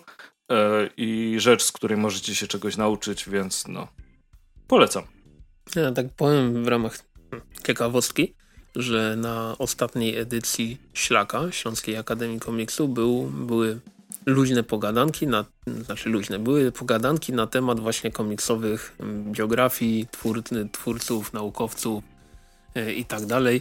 I rzecz, z której możecie się czegoś nauczyć, więc no, polecam. Ja tak powiem w ramach ciekawostki, że na ostatniej edycji Ślaka, Śląskiej Akademii Komiksu, był, były luźne pogadanki, na, znaczy luźne, były pogadanki na temat właśnie komiksowych biografii, twór, twórców, naukowców yy, i tak dalej.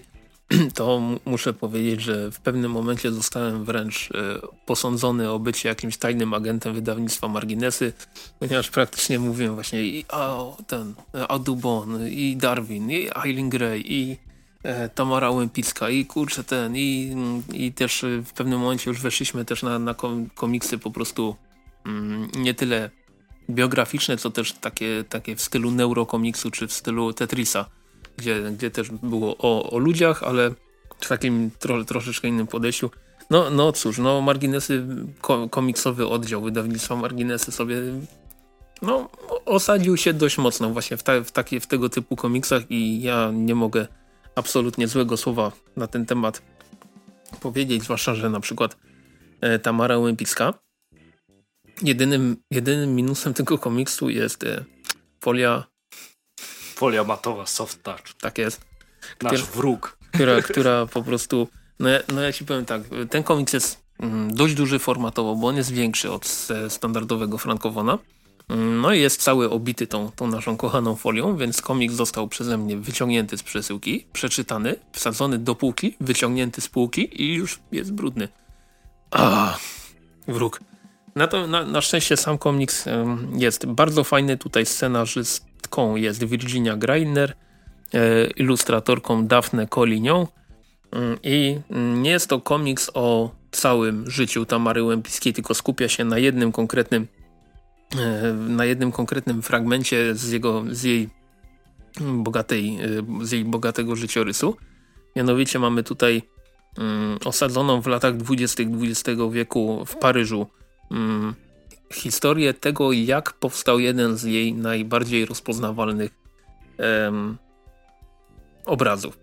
to m- muszę powiedzieć, że w pewnym momencie zostałem wręcz e, posądzony o bycie jakimś tajnym agentem wydawnictwa Marginesy, ponieważ praktycznie mówiłem właśnie i a, ten Audubon, i Darwin, i Eileen Gray, i e, Tamara Łępicka, i kurczę ten, i, i też w pewnym momencie już weszliśmy też na, na komiksy po prostu mm, nie tyle biograficzne, co też takie, takie w stylu neurokomiksu, czy w stylu Tetrisa, gdzie, gdzie też było o, o ludziach, ale w takim tro, troszeczkę innym podejściu. No, no cóż, no Marginesy, ko, komiksowy oddział wydawnictwa Marginesy sobie no, osadził się dość mocno właśnie w, ta, w, takie, w tego typu komiksach i ja nie mogę absolutnie złego słowa na ten temat powiedzieć, zwłaszcza, że na przykład e, Tamara Łępicka, jedynym, jedynym minusem tego komiksu jest e, folia Folia matowa, soft touch. Tak jest. Nasz która, wróg. Która, która po prostu, no ja, no ja ci powiem tak, ten komiks jest mm, dość duży formatowo, bo on jest większy od e, standardowego Frankowona. No i jest cały obity tą, tą naszą kochaną folią, więc komiks został przeze mnie wyciągnięty z przesyłki, przeczytany, wsadzony do półki, wyciągnięty z półki i już jest brudny. Ah, wróg. Na, to, na, na szczęście sam komiks um, jest bardzo fajny. Tutaj scenarzystką jest Virginia Greiner, e, ilustratorką Daphne Collignon um, i um, nie jest to komiks o całym życiu Tamary Łępickiej, tylko skupia się na jednym konkretnym e, na jednym konkretnym fragmencie z, jego, z jej bogatej, z jej bogatego życiorysu. Mianowicie mamy tutaj um, osadzoną w latach dwudziestych dwudziestego wieku w Paryżu Hmm, historię tego, jak powstał jeden z jej najbardziej rozpoznawalnych em, obrazów.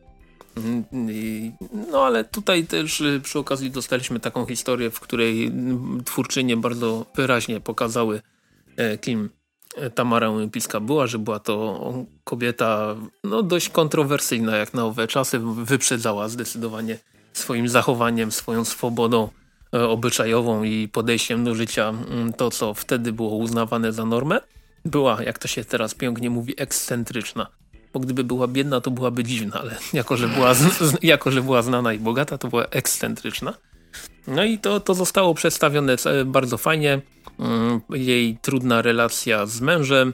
I, no ale tutaj też przy okazji dostaliśmy taką historię, w której twórczynie bardzo wyraźnie pokazały, e, kim Tamara Łępicka była, że była to kobieta no, dość kontrowersyjna jak na owe czasy, wyprzedzała zdecydowanie swoim zachowaniem, swoją swobodą obyczajową i podejściem do życia to, co wtedy było uznawane za normę. Była, jak to się teraz pięknie mówi, ekscentryczna. Bo gdyby była biedna, to byłaby dziwna, ale jako, że była, z, jako, że była znana i bogata, to była ekscentryczna. No i to, to zostało przedstawione bardzo fajnie. Jej trudna relacja z mężem,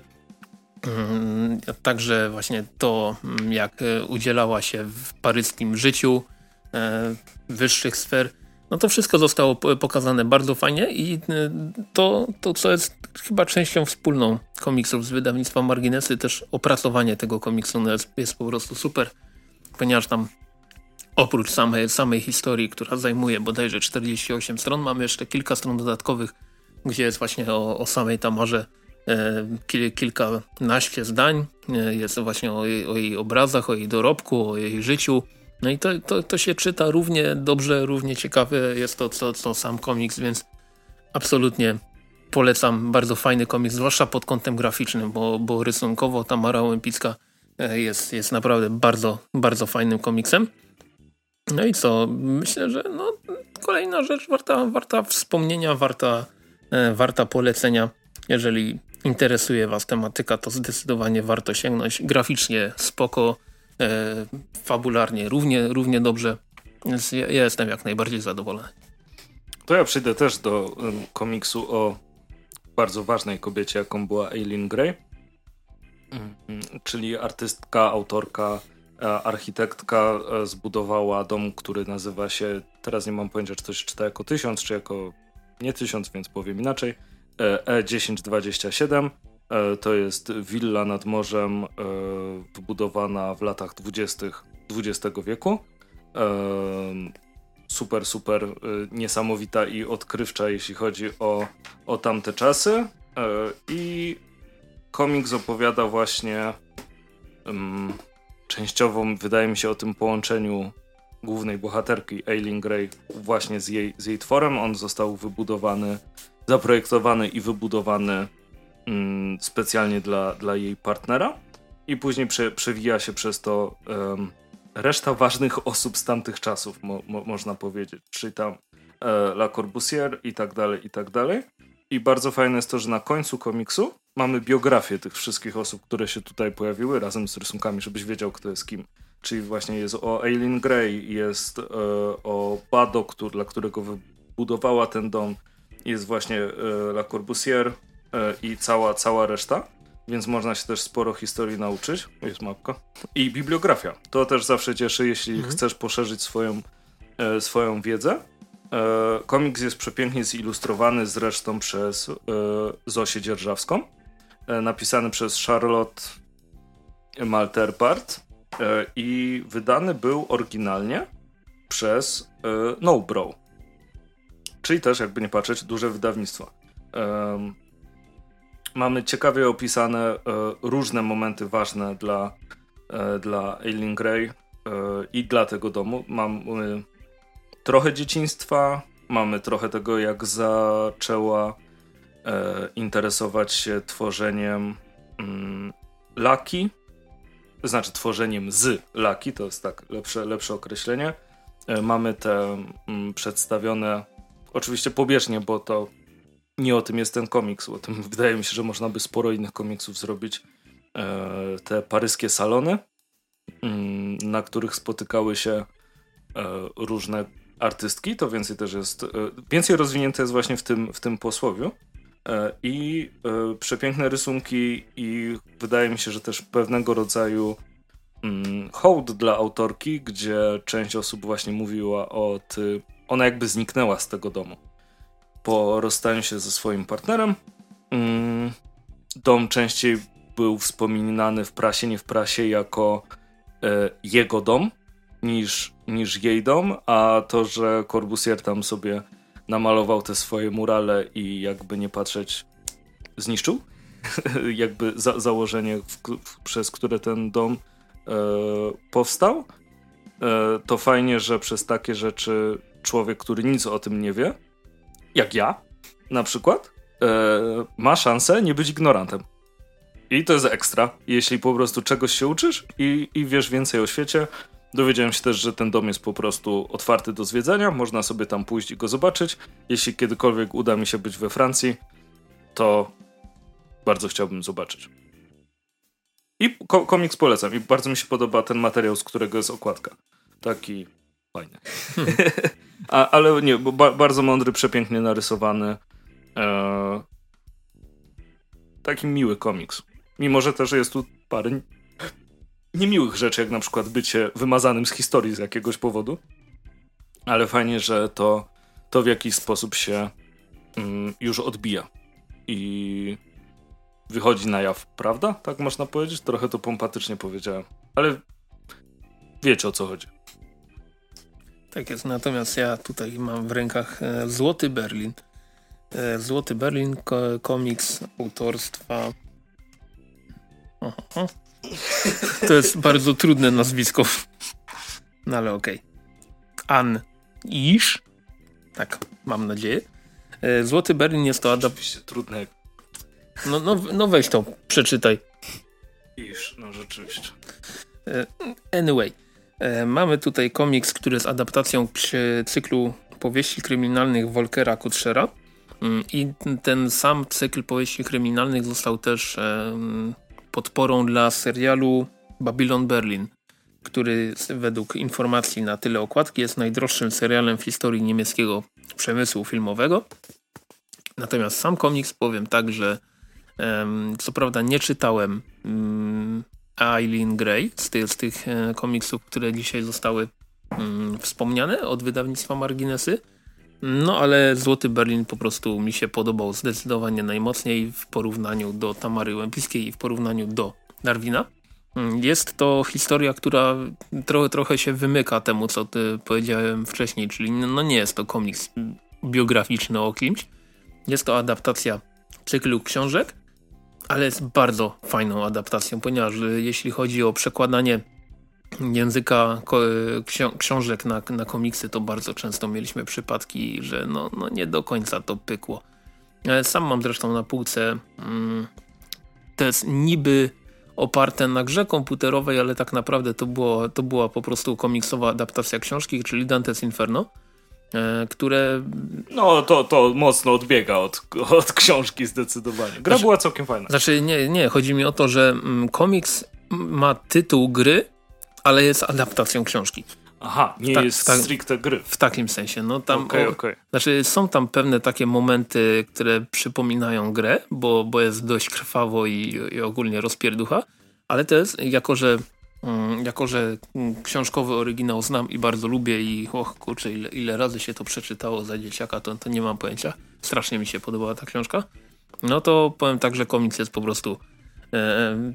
także właśnie to, jak udzielała się w paryskim życiu wyższych sfer. No to wszystko zostało pokazane bardzo fajnie i to, to co jest chyba częścią wspólną komiksów z wydawnictwa Marginesy, też opracowanie tego komiksu no jest, jest po prostu super, ponieważ tam oprócz samej, samej historii, która zajmuje bodajże czterdzieści osiem stron, mamy jeszcze kilka stron dodatkowych, gdzie jest właśnie o, o samej Tamarze e, kil, kilkanaście zdań, e, jest właśnie o jej, o jej obrazach, o jej dorobku, o jej życiu. No i to, to, to się czyta równie dobrze, równie ciekawe jest to, co, co sam komiks, więc absolutnie polecam. Bardzo fajny komiks, zwłaszcza pod kątem graficznym, bo, bo rysunkowo Tamara Łępicka jest, jest naprawdę bardzo, bardzo fajnym komiksem. No i co? Myślę, że no, kolejna rzecz warta, warta wspomnienia, warta, e, warta polecenia. Jeżeli interesuje was tematyka, to zdecydowanie warto sięgnąć. Graficznie spoko, E, fabularnie równie, równie dobrze, więc ja, ja jestem jak najbardziej zadowolony. To ja przyjdę też do um, komiksu o bardzo ważnej kobiecie, jaką była Eileen Gray, mm, czyli artystka, autorka, architektka zbudowała dom, który nazywa się, teraz nie mam pojęcia, czy to się czyta jako tysiąc, czy jako nie tysiąc, więc powiem inaczej, E tysiąc dwadzieścia siedem. To jest willa nad morzem e, wybudowana w latach dwudziestych dwudziestego wieku. E, super, super e, niesamowita i odkrywcza, jeśli chodzi o, o tamte czasy. E, I komiks opowiada właśnie um, częściowo, wydaje mi się, o tym połączeniu głównej bohaterki Eileen Gray właśnie z jej, z jej tworem. On został wybudowany, zaprojektowany i wybudowany specjalnie dla, dla jej partnera i później prze, przewija się przez to um, reszta ważnych osób z tamtych czasów, mo, mo, można powiedzieć, czyli tam e, Le Corbusier i tak dalej, i tak dalej. I bardzo fajne jest to, że na końcu komiksu mamy biografię tych wszystkich osób, które się tutaj pojawiły razem z rysunkami, żebyś wiedział, kto jest kim. czyli właśnie jest o Eileen Grey, jest e, o Bado, który, dla którego wybudowała ten dom, jest właśnie e, Le Corbusier e, i cała, cała reszta, więc można się też sporo historii nauczyć. Jest mapka. I bibliografia. To też zawsze cieszy, jeśli mhm. chcesz poszerzyć swoją, e, swoją wiedzę. E, komiks jest przepięknie zilustrowany zresztą przez e, Zosię Dzierżawską, e, napisany przez Charlotte Malterbart e, i wydany był oryginalnie przez e, No Bro, czyli też, jakby nie patrzeć, duże wydawnictwo. E, mamy ciekawie opisane e, różne momenty ważne dla, e, dla Eileen Grey e, i dla tego domu. Mamy trochę dzieciństwa, mamy trochę tego, jak zaczęła e, interesować się tworzeniem mm, laki, to znaczy tworzeniem z laki, to jest tak lepsze, lepsze określenie. E, mamy te mm, przedstawione, oczywiście pobieżnie, bo to nie o tym jest ten komiks, o tym wydaje mi się, że można by sporo innych komiksów zrobić. E, te paryskie salony, mm, na których spotykały się e, różne artystki, to więcej też jest, e, więcej rozwinięte jest właśnie w tym, w tym posłowiu. I y, przepiękne rysunki i wydaje mi się, że też pewnego rodzaju mm, hołd dla autorki, gdzie część osób właśnie mówiła o tym, ona jakby zniknęła z tego domu po rozstaniu się ze swoim partnerem. Mm, dom częściej był wspominany w prasie, nie w prasie jako y, jego dom niż, niż jej dom, a to, że Corbusier tam sobie namalował te swoje murale i jakby nie patrzeć zniszczył jakby za, założenie, w, w, przez które ten dom e, powstał. E, to fajnie, że przez takie rzeczy człowiek, który nic o tym nie wie, jak ja na przykład, e, ma szansę nie być ignorantem. I to jest ekstra, jeśli po prostu czegoś się uczysz i, i wiesz więcej o świecie. Dowiedziałem się też, że ten dom jest po prostu otwarty do zwiedzania, można sobie tam pójść i go zobaczyć. Jeśli kiedykolwiek uda mi się być we Francji, to bardzo chciałbym zobaczyć. I ko- komiks polecam i bardzo mi się podoba ten materiał, z którego jest okładka. Taki fajny. Hmm. A, ale nie, bo ba- bardzo mądry, przepięknie narysowany. Eee, taki miły komiks. Mimo, że też jest tu parę niemiłych rzeczy, jak na przykład bycie wymazanym z historii z jakiegoś powodu. Ale fajnie, że to, to w jakiś sposób się mm, już odbija. I wychodzi na jaw, prawda? Tak można powiedzieć? Trochę to pompatycznie powiedziałem. Ale wiecie, o co chodzi. Tak jest, natomiast ja tutaj mam w rękach e, Złoty Berlin. E, Złoty Berlin, ko, komiks autorstwa... Aha. To jest bardzo trudne nazwisko. No ale okej. Okay. Ann Isz. Tak, mam nadzieję. E, Złoty Berlin jest to adaptacja... trudne. No, no, no weź to, przeczytaj. Isz, no rzeczywiście. E, anyway. E, mamy tutaj komiks, który jest adaptacją cyklu powieści kryminalnych Volkera Kutschera. I ten sam cykl powieści kryminalnych został też e, podporą dla serialu Babylon Berlin, który według informacji na tyle okładki jest najdroższym serialem w historii niemieckiego przemysłu filmowego. Natomiast sam komiks, powiem tak, że um, co prawda nie czytałem um, Eileen Grey z, ty, z tych e, komiksów, które dzisiaj zostały um, wspomniane od wydawnictwa Marginesy, no ale Złoty Berlin po prostu mi się podobał zdecydowanie najmocniej w porównaniu do Tamary Łępiskiej i w porównaniu do Darwina. Jest to historia, która trochę, trochę się wymyka temu, co ty powiedziałem wcześniej, czyli no nie jest to komiks biograficzny o kimś. Jest to adaptacja cyklu książek, ale jest bardzo fajną adaptacją, ponieważ jeśli chodzi o przekładanie języka ksi- książek na, na komiksy, to bardzo często mieliśmy przypadki, że no, no nie do końca to pykło. Sam mam zresztą na półce mm, to jest niby oparte na grze komputerowej, ale tak naprawdę to, było, to była po prostu komiksowa adaptacja książki, czyli Dante's Inferno, e, które... No to, to mocno odbiega od, od książki zdecydowanie. Gra znaczy, była całkiem fajna. Znaczy nie, nie, chodzi mi o to, że mm, komiks ma tytuł gry, ale jest adaptacją książki. Aha, nie ta, jest ta, stricte gry. W takim sensie. No tam okay, o, okay. Znaczy są tam pewne takie momenty, które przypominają grę, bo, bo jest dość krwawo i, i ogólnie rozpierducha, ale to jest, jako że, um, jako że książkowy oryginał znam i bardzo lubię i och kurczę, ile, ile razy się to przeczytało za dzieciaka, to, to nie mam pojęcia. Strasznie mi się podobała ta książka. No to powiem tak, że komiks jest po prostu e,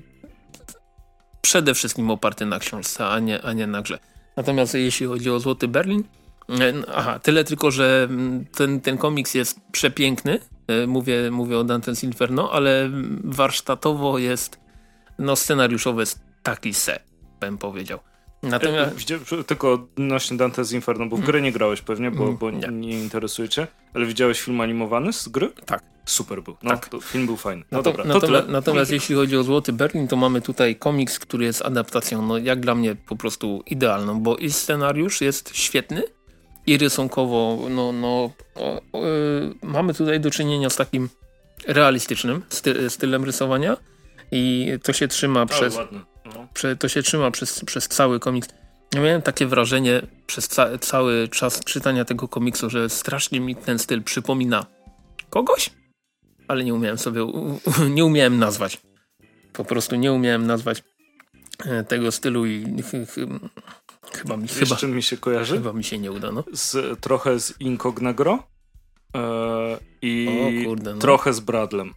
przede wszystkim oparty na książce, a nie, a nie na grze. Natomiast jeśli chodzi o Złoty Berlin, aha, tyle tylko, że ten, ten komiks jest przepiękny, mówię, mówię o Dante's Inferno, ale warsztatowo jest, no scenariuszowo jest taki se, bym powiedział. Natomiast... Tylko odnośnie Dante's Inferno, bo w grę nie grałeś pewnie, bo, bo nie. nie interesuje cię, ale widziałeś film animowany z gry? Tak. Super był. No, tak. To film był fajny. No, no dobra, to natomiast, natomiast jeśli chodzi o Złoty Berlin, to mamy tutaj komiks, który jest adaptacją, no jak dla mnie po prostu idealną, bo i scenariusz jest świetny i rysunkowo, no, no o, o, y, mamy tutaj do czynienia z takim realistycznym sty, stylem rysowania i to się trzyma ale przez no. prze, to się trzyma przez, przez cały komiks. Ja miałem takie wrażenie przez ca, cały czas czytania tego komiksu, że strasznie mi ten styl przypomina kogoś, ale nie umiałem sobie, nie umiałem nazwać. Po prostu nie umiałem nazwać tego stylu i ch, ch, chyba mi, chyba, czym mi się kojarzy? Chyba mi się nie uda, no. Z, trochę z Incognagro e, i o, kurde, no. trochę z Bradlem.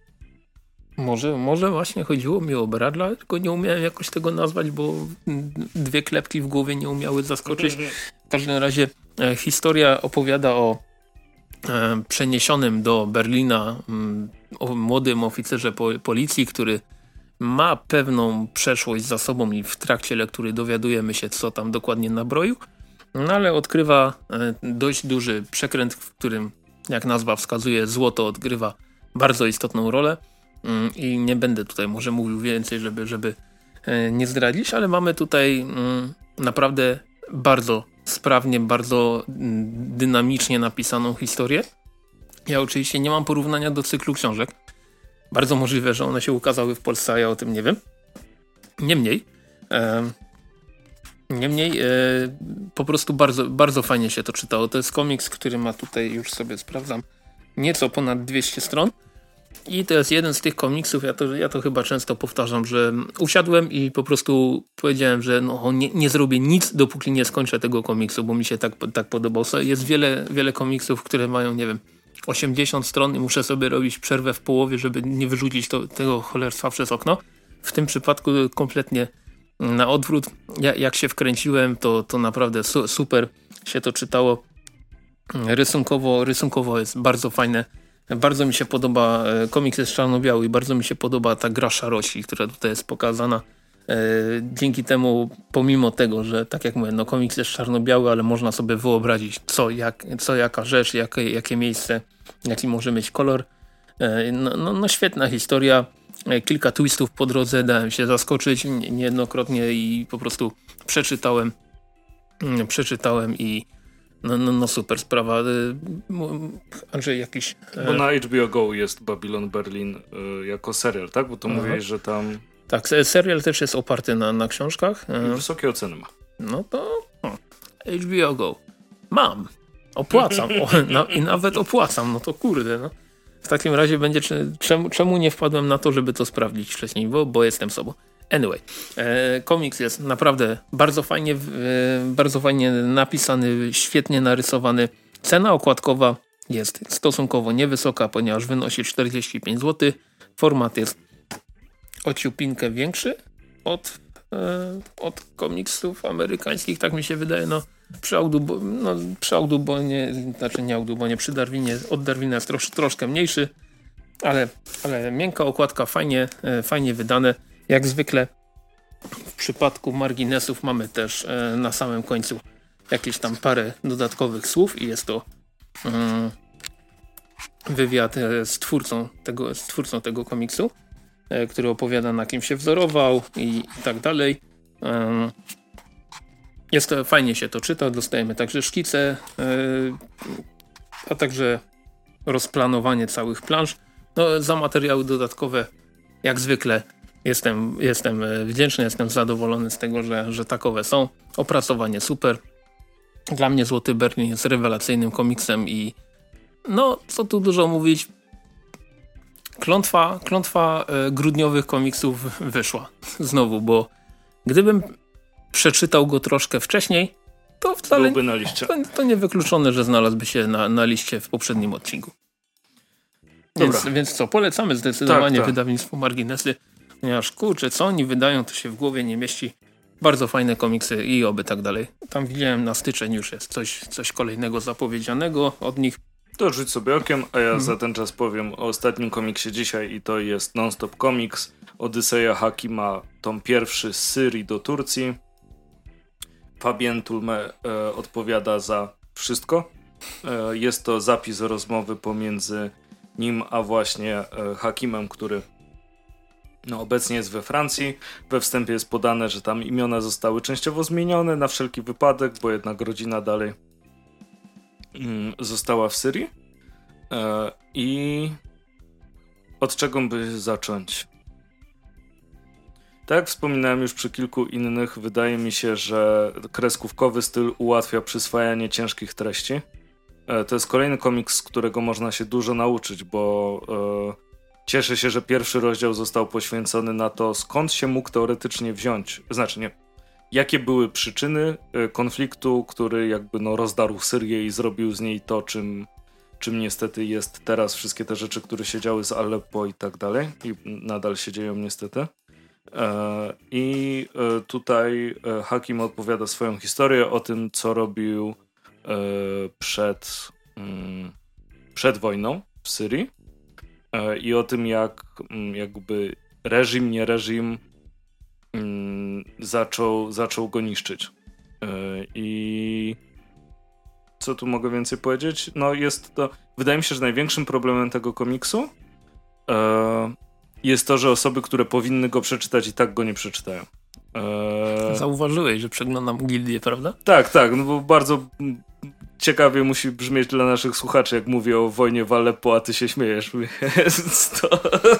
Może, może właśnie chodziło mi o Bradla, tylko nie umiałem jakoś tego nazwać, bo dwie klepki w głowie nie umiały zaskoczyć. W każdym razie e, historia opowiada o e, przeniesionym do Berlina m, o młodym oficerze po, policji, który ma pewną przeszłość za sobą i w trakcie lektury dowiadujemy się, co tam dokładnie nabroił, no ale odkrywa e, dość duży przekręt, w którym, jak nazwa wskazuje, złoto odgrywa bardzo istotną rolę. I nie będę tutaj może mówił więcej, żeby, żeby nie zdradzić, ale mamy tutaj naprawdę bardzo sprawnie, bardzo dynamicznie napisaną historię. Ja oczywiście nie mam porównania do cyklu książek. Bardzo możliwe, że one się ukazały w Polsce, a ja o tym nie wiem. Niemniej e, niemniej e, po prostu bardzo, bardzo fajnie się to czytało. To jest komiks, który ma tutaj, już sobie sprawdzam, nieco ponad dwieście stron. I to jest jeden z tych komiksów, ja to, ja to chyba często powtarzam, że usiadłem i po prostu powiedziałem, że no, nie, nie zrobię nic, dopóki nie skończę tego komiksu, bo mi się tak, tak podobał. Jest wiele, wiele komiksów, które mają, nie wiem, osiemdziesiąt stron i muszę sobie robić przerwę w połowie, żeby nie wyrzucić to, tego cholerstwa przez okno. W tym przypadku kompletnie na odwrót. Ja, jak się wkręciłem, to, to naprawdę su, super się to czytało. Rysunkowo, rysunkowo jest bardzo fajne. Bardzo mi się podoba, komiks jest czarno-biały i bardzo mi się podoba ta gra szarości, która tutaj jest pokazana. E, dzięki temu, pomimo tego, że tak jak mówię, no komiks jest czarno-biały, ale można sobie wyobrazić, co, jak, co jaka rzecz, jakie, jakie miejsce, jaki może mieć kolor. E, no, no, no świetna historia. E, kilka twistów po drodze, dałem się zaskoczyć niejednokrotnie i po prostu przeczytałem, mm, przeczytałem i No, no, no super sprawa. Andrzej jakiś... Bo na H B O Go jest Babylon Berlin y, jako serial, tak? Bo to Aha. mówiłeś, że tam... Tak, serial też jest oparty na, na książkach. I wysokie oceny ma. No to o, H B O Go. Mam. Opłacam. O, no, i nawet opłacam. No to kurde, no. W takim razie będzie... Czemu, czemu nie wpadłem na to, żeby to sprawdzić wcześniej? Bo, bo jestem sobą. Anyway, e, komiks jest naprawdę bardzo fajnie, e, bardzo fajnie napisany, świetnie narysowany. Cena okładkowa jest stosunkowo niewysoka, ponieważ wynosi czterdzieści pięć złotych. Format jest o ciupinkę większy od, e, od komiksów amerykańskich, tak mi się wydaje. No, przy Audubo, no, przy Audubonie, znaczy nie Audubonie, przy Darwinie, od Darwina jest trosz, troszkę mniejszy, ale, ale miękka okładka, fajnie, e, fajnie wydane. Jak zwykle w przypadku marginesów mamy też e, na samym końcu jakieś tam parę dodatkowych słów i jest to mm, wywiad e, z twórcą tego, z twórcą tego komiksu, e, który opowiada, na kim się wzorował i, i tak dalej. E, jest to, fajnie się to czyta, dostajemy także szkice, e, a także rozplanowanie całych plansz. No, za materiały dodatkowe jak zwykle Jestem, jestem wdzięczny, jestem zadowolony z tego, że, że takowe są. Opracowanie super. Dla mnie Złoty Berlin jest rewelacyjnym komiksem i no, co tu dużo mówić, klątwa, klątwa e, grudniowych komiksów wyszła znowu, bo gdybym przeczytał go troszkę wcześniej, to wcale byłby na liście. To, to niewykluczone, że znalazłby się na, na liście w poprzednim odcinku. Więc, więc co, polecamy zdecydowanie tak, tak. wydawnictwu Marginesy, ponieważ kurczę, co oni wydają, to się w głowie nie mieści. Bardzo fajne komiksy i oby tak dalej. Tam widziałem na styczeń już jest coś, coś kolejnego zapowiedzianego od nich. To rzuć sobie okiem, a ja hmm. za ten czas powiem o ostatnim komiksie dzisiaj i to jest Non-Stop Comics, Odyseja Hakima, tom pierwszy z Syrii do Turcji. Fabien Tulme e, odpowiada za wszystko. E, jest to zapis rozmowy pomiędzy nim a właśnie e, Hakimem, który no, obecnie jest we Francji. We wstępie jest podane, że tam imiona zostały częściowo zmienione na wszelki wypadek, bo jednak rodzina dalej mm, została w Syrii. E, I od czego by zacząć? Tak jak wspominałem już przy kilku innych, wydaje mi się, że kreskówkowy styl ułatwia przyswajanie ciężkich treści. E, to jest kolejny komiks, z którego można się dużo nauczyć, bo e, cieszę się, że pierwszy rozdział został poświęcony na to, skąd się mógł teoretycznie wziąć. Znaczy nie, jakie były przyczyny konfliktu, który jakby no rozdarł Syrię i zrobił z niej to, czym, czym niestety jest teraz. Wszystkie te rzeczy, które się działy z Aleppo i tak dalej i nadal się dzieją niestety. I tutaj Hakim opowiada swoją historię o tym, co robił przed, przed wojną w Syrii. I o tym, jak jakby reżim, nie reżim zaczął, zaczął go niszczyć. I co tu mogę więcej powiedzieć? No jest to, wydaje mi się, że największym problemem tego komiksu jest to, że osoby, które powinny go przeczytać, i tak go nie przeczytają. Zauważyłeś, że przeglądam Gildię, prawda? Tak, tak, no bo bardzo ciekawie musi brzmieć dla naszych słuchaczy, jak mówię o wojnie w Aleppo, a ty się śmiejesz. to...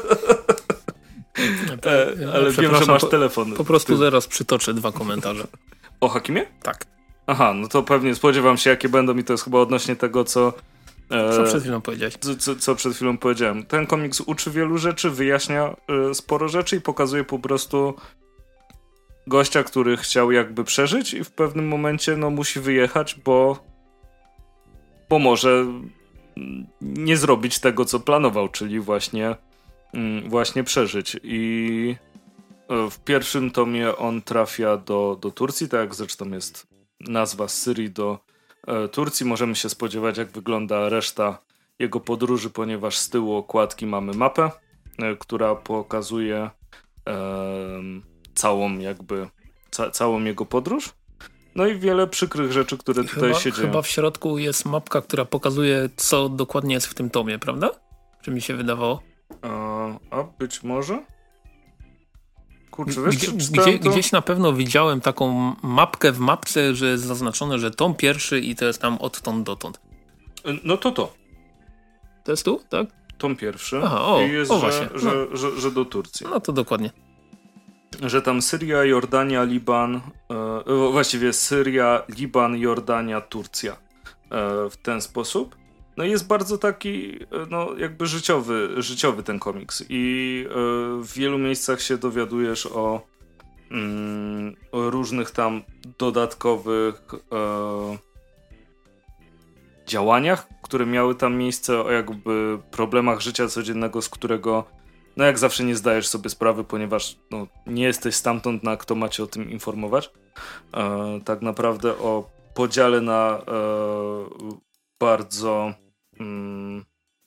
e, ale wiem, że masz telefon. Po, po prostu ty... zaraz przytoczę dwa komentarze. O Hakimie? Tak. Aha, no to pewnie spodziewam się, jakie będą i to jest chyba odnośnie tego, co... E, co przed chwilą powiedziałeś. Co, co, co przed chwilą powiedziałem. Ten komiks uczy wielu rzeczy, wyjaśnia e, sporo rzeczy i pokazuje po prostu gościa, który chciał jakby przeżyć i w pewnym momencie no musi wyjechać, bo bo może nie zrobić tego, co planował, czyli właśnie właśnie przeżyć. I w pierwszym tomie on trafia do, do Turcji, tak jak zresztą jest nazwa z Syrii do e, Turcji. Możemy się spodziewać, jak wygląda reszta jego podróży, ponieważ z tyłu okładki mamy mapę, e, która pokazuje e, całą jakby ca, całą jego podróż. No i wiele przykrych rzeczy, które tutaj chyba, się dzieją. Chyba w środku jest mapka, która pokazuje, co dokładnie jest w tym tomie, prawda? Czy mi się wydawało? A, a być może? Kurczę, wiesz, Gdzie, gdzie, to... Gdzieś na pewno widziałem taką mapkę w mapce, że jest zaznaczone, że tom pierwszy i to jest tam odtąd dotąd. No to to. To jest tu, tak? Tom pierwszy. Aha, o, i jest, o że, właśnie. że, No. że, że, że do Turcji. No to dokładnie. Że tam Syria, Jordania, Liban, e, właściwie Syria, Liban, Jordania, Turcja. E, w ten sposób. No i jest bardzo taki, no jakby życiowy, życiowy ten komiks. I e, w wielu miejscach się dowiadujesz o, mm, o różnych tam dodatkowych e, działaniach, które miały tam miejsce, o jakby problemach życia codziennego, z którego no jak zawsze nie zdajesz sobie sprawy, ponieważ no, nie jesteś stamtąd, na kto ma cię o tym informować. E, tak naprawdę o podziale na e, bardzo mm,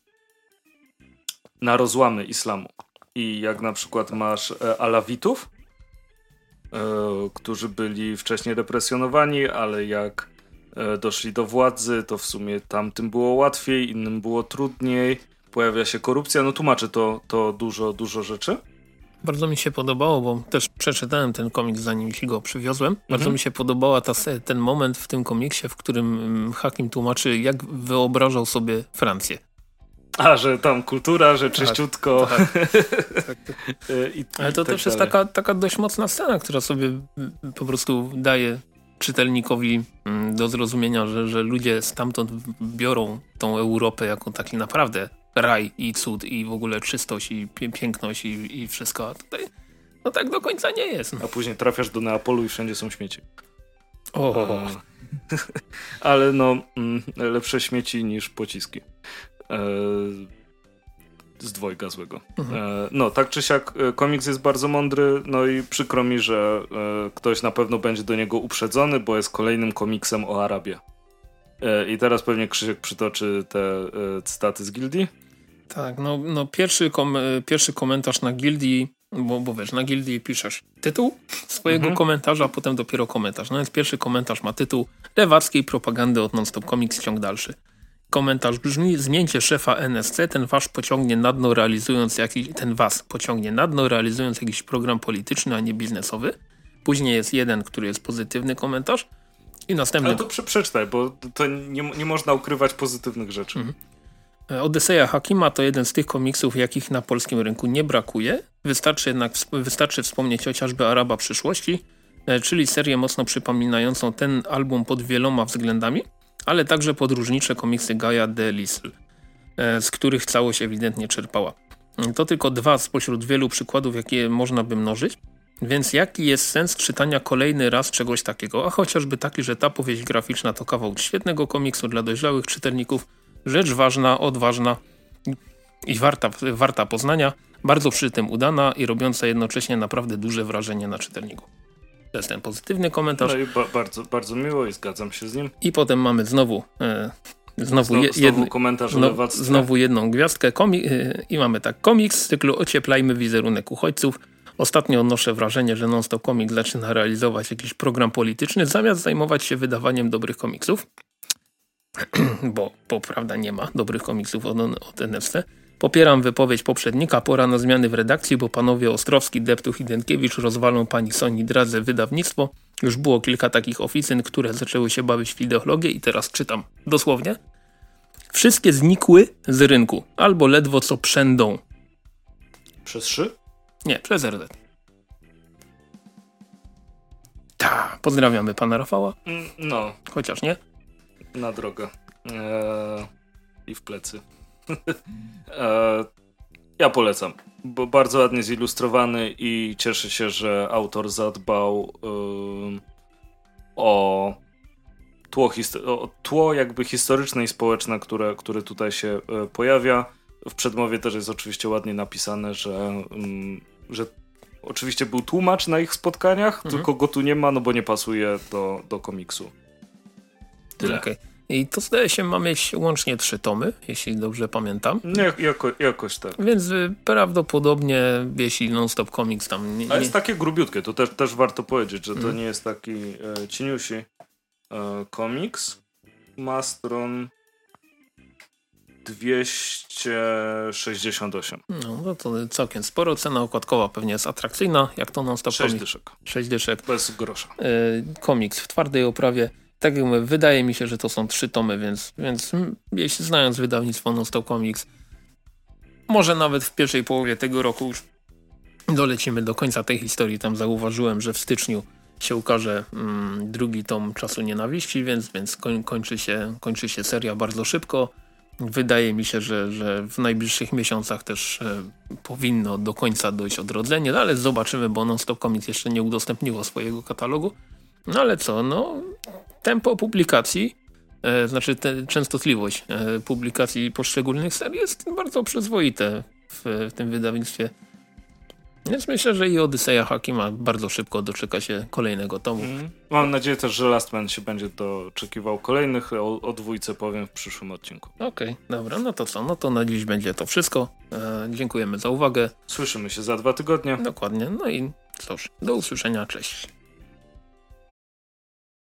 na rozłamy islamu. I jak na przykład masz e, alawitów, e, którzy byli wcześniej represjonowani, ale jak e, doszli do władzy, to w sumie tamtym było łatwiej, innym było trudniej. Pojawia się korupcja, no tłumaczy to, to dużo, dużo rzeczy. Bardzo mi się podobało, bo też przeczytałem ten komiks, zanim ci go przywiozłem. Bardzo mhm. mi się podobała ta, ten moment w tym komiksie, w którym Hakim tłumaczy, jak wyobrażał sobie Francję. A, że tam kultura, że czyściutko. Tak, tak. I, Ale to i tak też dalej. Jest taka, taka dość mocna scena, która sobie po prostu daje czytelnikowi do zrozumienia, że, że ludzie stamtąd biorą tą Europę jako taki naprawdę raj i cud i w ogóle czystość i piękność i, i wszystko. A tutaj no tak do końca nie jest. No. A później trafiasz do Neapolu i wszędzie są śmieci. O. Ale no, lepsze śmieci niż pociski. E, z dwojga złego. Mhm. E, no, tak czy siak komiks jest bardzo mądry, no i przykro mi, że e, ktoś na pewno będzie do niego uprzedzony, bo jest kolejnym komiksem o Arabii. E, I teraz pewnie Krzysiek przytoczy te e, cytaty z Gildii. Tak, no, no pierwszy, kom, pierwszy komentarz na Gildii, bo, bo wiesz, na Gildii piszesz tytuł swojego mhm. komentarza, a potem dopiero komentarz. No więc pierwszy komentarz ma tytuł Lewackiej propagandy od Non-Stop Comics, ciąg dalszy. Komentarz brzmi: zmieńcie szefa N S C, ten wasz pociągnie na dno realizując jakiś, ten was pociągnie na dno realizując jakiś program polityczny, a nie biznesowy. Później jest jeden, który jest pozytywny komentarz i następny... Ale to prze, przeczytaj, bo to nie, nie można ukrywać pozytywnych rzeczy. Mhm. Odyseja Hakima to jeden z tych komiksów, jakich na polskim rynku nie brakuje. Wystarczy jednak wystarczy wspomnieć chociażby Araba przyszłości, czyli serię mocno przypominającą ten album pod wieloma względami, ale także podróżnicze komiksy Gaia de Lisle, z których całość ewidentnie czerpała. To tylko dwa spośród wielu przykładów, jakie można by mnożyć, więc jaki jest sens czytania kolejny raz czegoś takiego, a chociażby taki, że ta powieść graficzna to kawał świetnego komiksu dla dojrzałych czytelników, rzecz ważna, odważna i warta, warta poznania, bardzo przy tym udana i robiąca jednocześnie naprawdę duże wrażenie na czytelniku. To jest ten pozytywny komentarz. No i ba- bardzo, bardzo miło i zgadzam się z nim. I potem mamy znowu e, znowu, znowu, je, znowu komentarz no, znowu jedną gwiazdkę komi- e, i mamy tak, komiks z cyklu Ocieplajmy wizerunek uchodźców. Ostatnio odnoszę wrażenie, że Non-Stop Comics zaczyna realizować jakiś program polityczny zamiast zajmować się wydawaniem dobrych komiksów. bo, bo prawda nie ma dobrych komiksów od, od N S C. Popieram wypowiedź poprzednika, pora na zmiany w redakcji, bo panowie Ostrowski, Deptuch i Dętkiewicz rozwalą pani Soni dradze wydawnictwo. Już było kilka takich oficyn, które zaczęły się bawić w ideologię i teraz czytam dosłownie. Wszystkie znikły z rynku, albo ledwo co przędą. Przez szy? Nie, przez R Z. Ta, pozdrawiamy pana Rafała. No. Chociaż nie. Na drogę. Eee, I w plecy. eee, ja polecam, bo bardzo ładnie zilustrowany i cieszę się, że autor zadbał eee, o, tło histo- o tło jakby historyczne i społeczne, które, które tutaj się e, pojawia. W przedmowie też jest oczywiście ładnie napisane, że, mm, że oczywiście był tłumacz na ich spotkaniach, mhm. tylko go tu nie ma, no bo nie pasuje do, do komiksu. Tyle. Okay. I to zdaje się ma mieć łącznie trzy tomy, jeśli dobrze pamiętam. Nie, jako, jakoś tak. Więc y, prawdopodobnie, jeśli Non-Stop Comics tam... Nie, nie... A jest takie grubiutkie, to też, też warto powiedzieć, że to mm. nie jest taki e, cieniusi e, komiks. Ma stron dwieście sześćdziesiąt osiem. No, no to całkiem sporo. Cena okładkowa pewnie jest atrakcyjna, jak to Non-Stop Sześć dyszek. Sześć dyszek. Bez grosza. Y, komiks w twardej oprawie. Tak jak mówię, wydaje mi się, że to są trzy tomy, więc, więc jeśli znając wydawnictwo Non-Stop Comics, może nawet w pierwszej połowie tego roku już dolecimy do końca tej historii. Tam zauważyłem, że w styczniu się ukaże mm, drugi tom Czasu Nienawiści, więc, więc koń, kończy, się, kończy się seria bardzo szybko. Wydaje mi się, że, że w najbliższych miesiącach też e, powinno do końca dojść odrodzenie, no, ale zobaczymy, bo Non-Stop Comics jeszcze nie udostępniło swojego katalogu. No ale co, no tempo publikacji, e, znaczy te, częstotliwość e, publikacji poszczególnych serii jest bardzo przyzwoite w, w tym wydawnictwie. Więc myślę, że i Odyseja Hakima bardzo szybko doczeka się kolejnego tomu. Mm. Mam nadzieję też, że Last Man się będzie doczekiwał kolejnych. O, o dwójce powiem w przyszłym odcinku. Okej, okay, dobra, no to co? No to na dziś będzie to wszystko. E, dziękujemy za uwagę. Słyszymy się za dwa tygodnie. Dokładnie, no i cóż, do usłyszenia, cześć.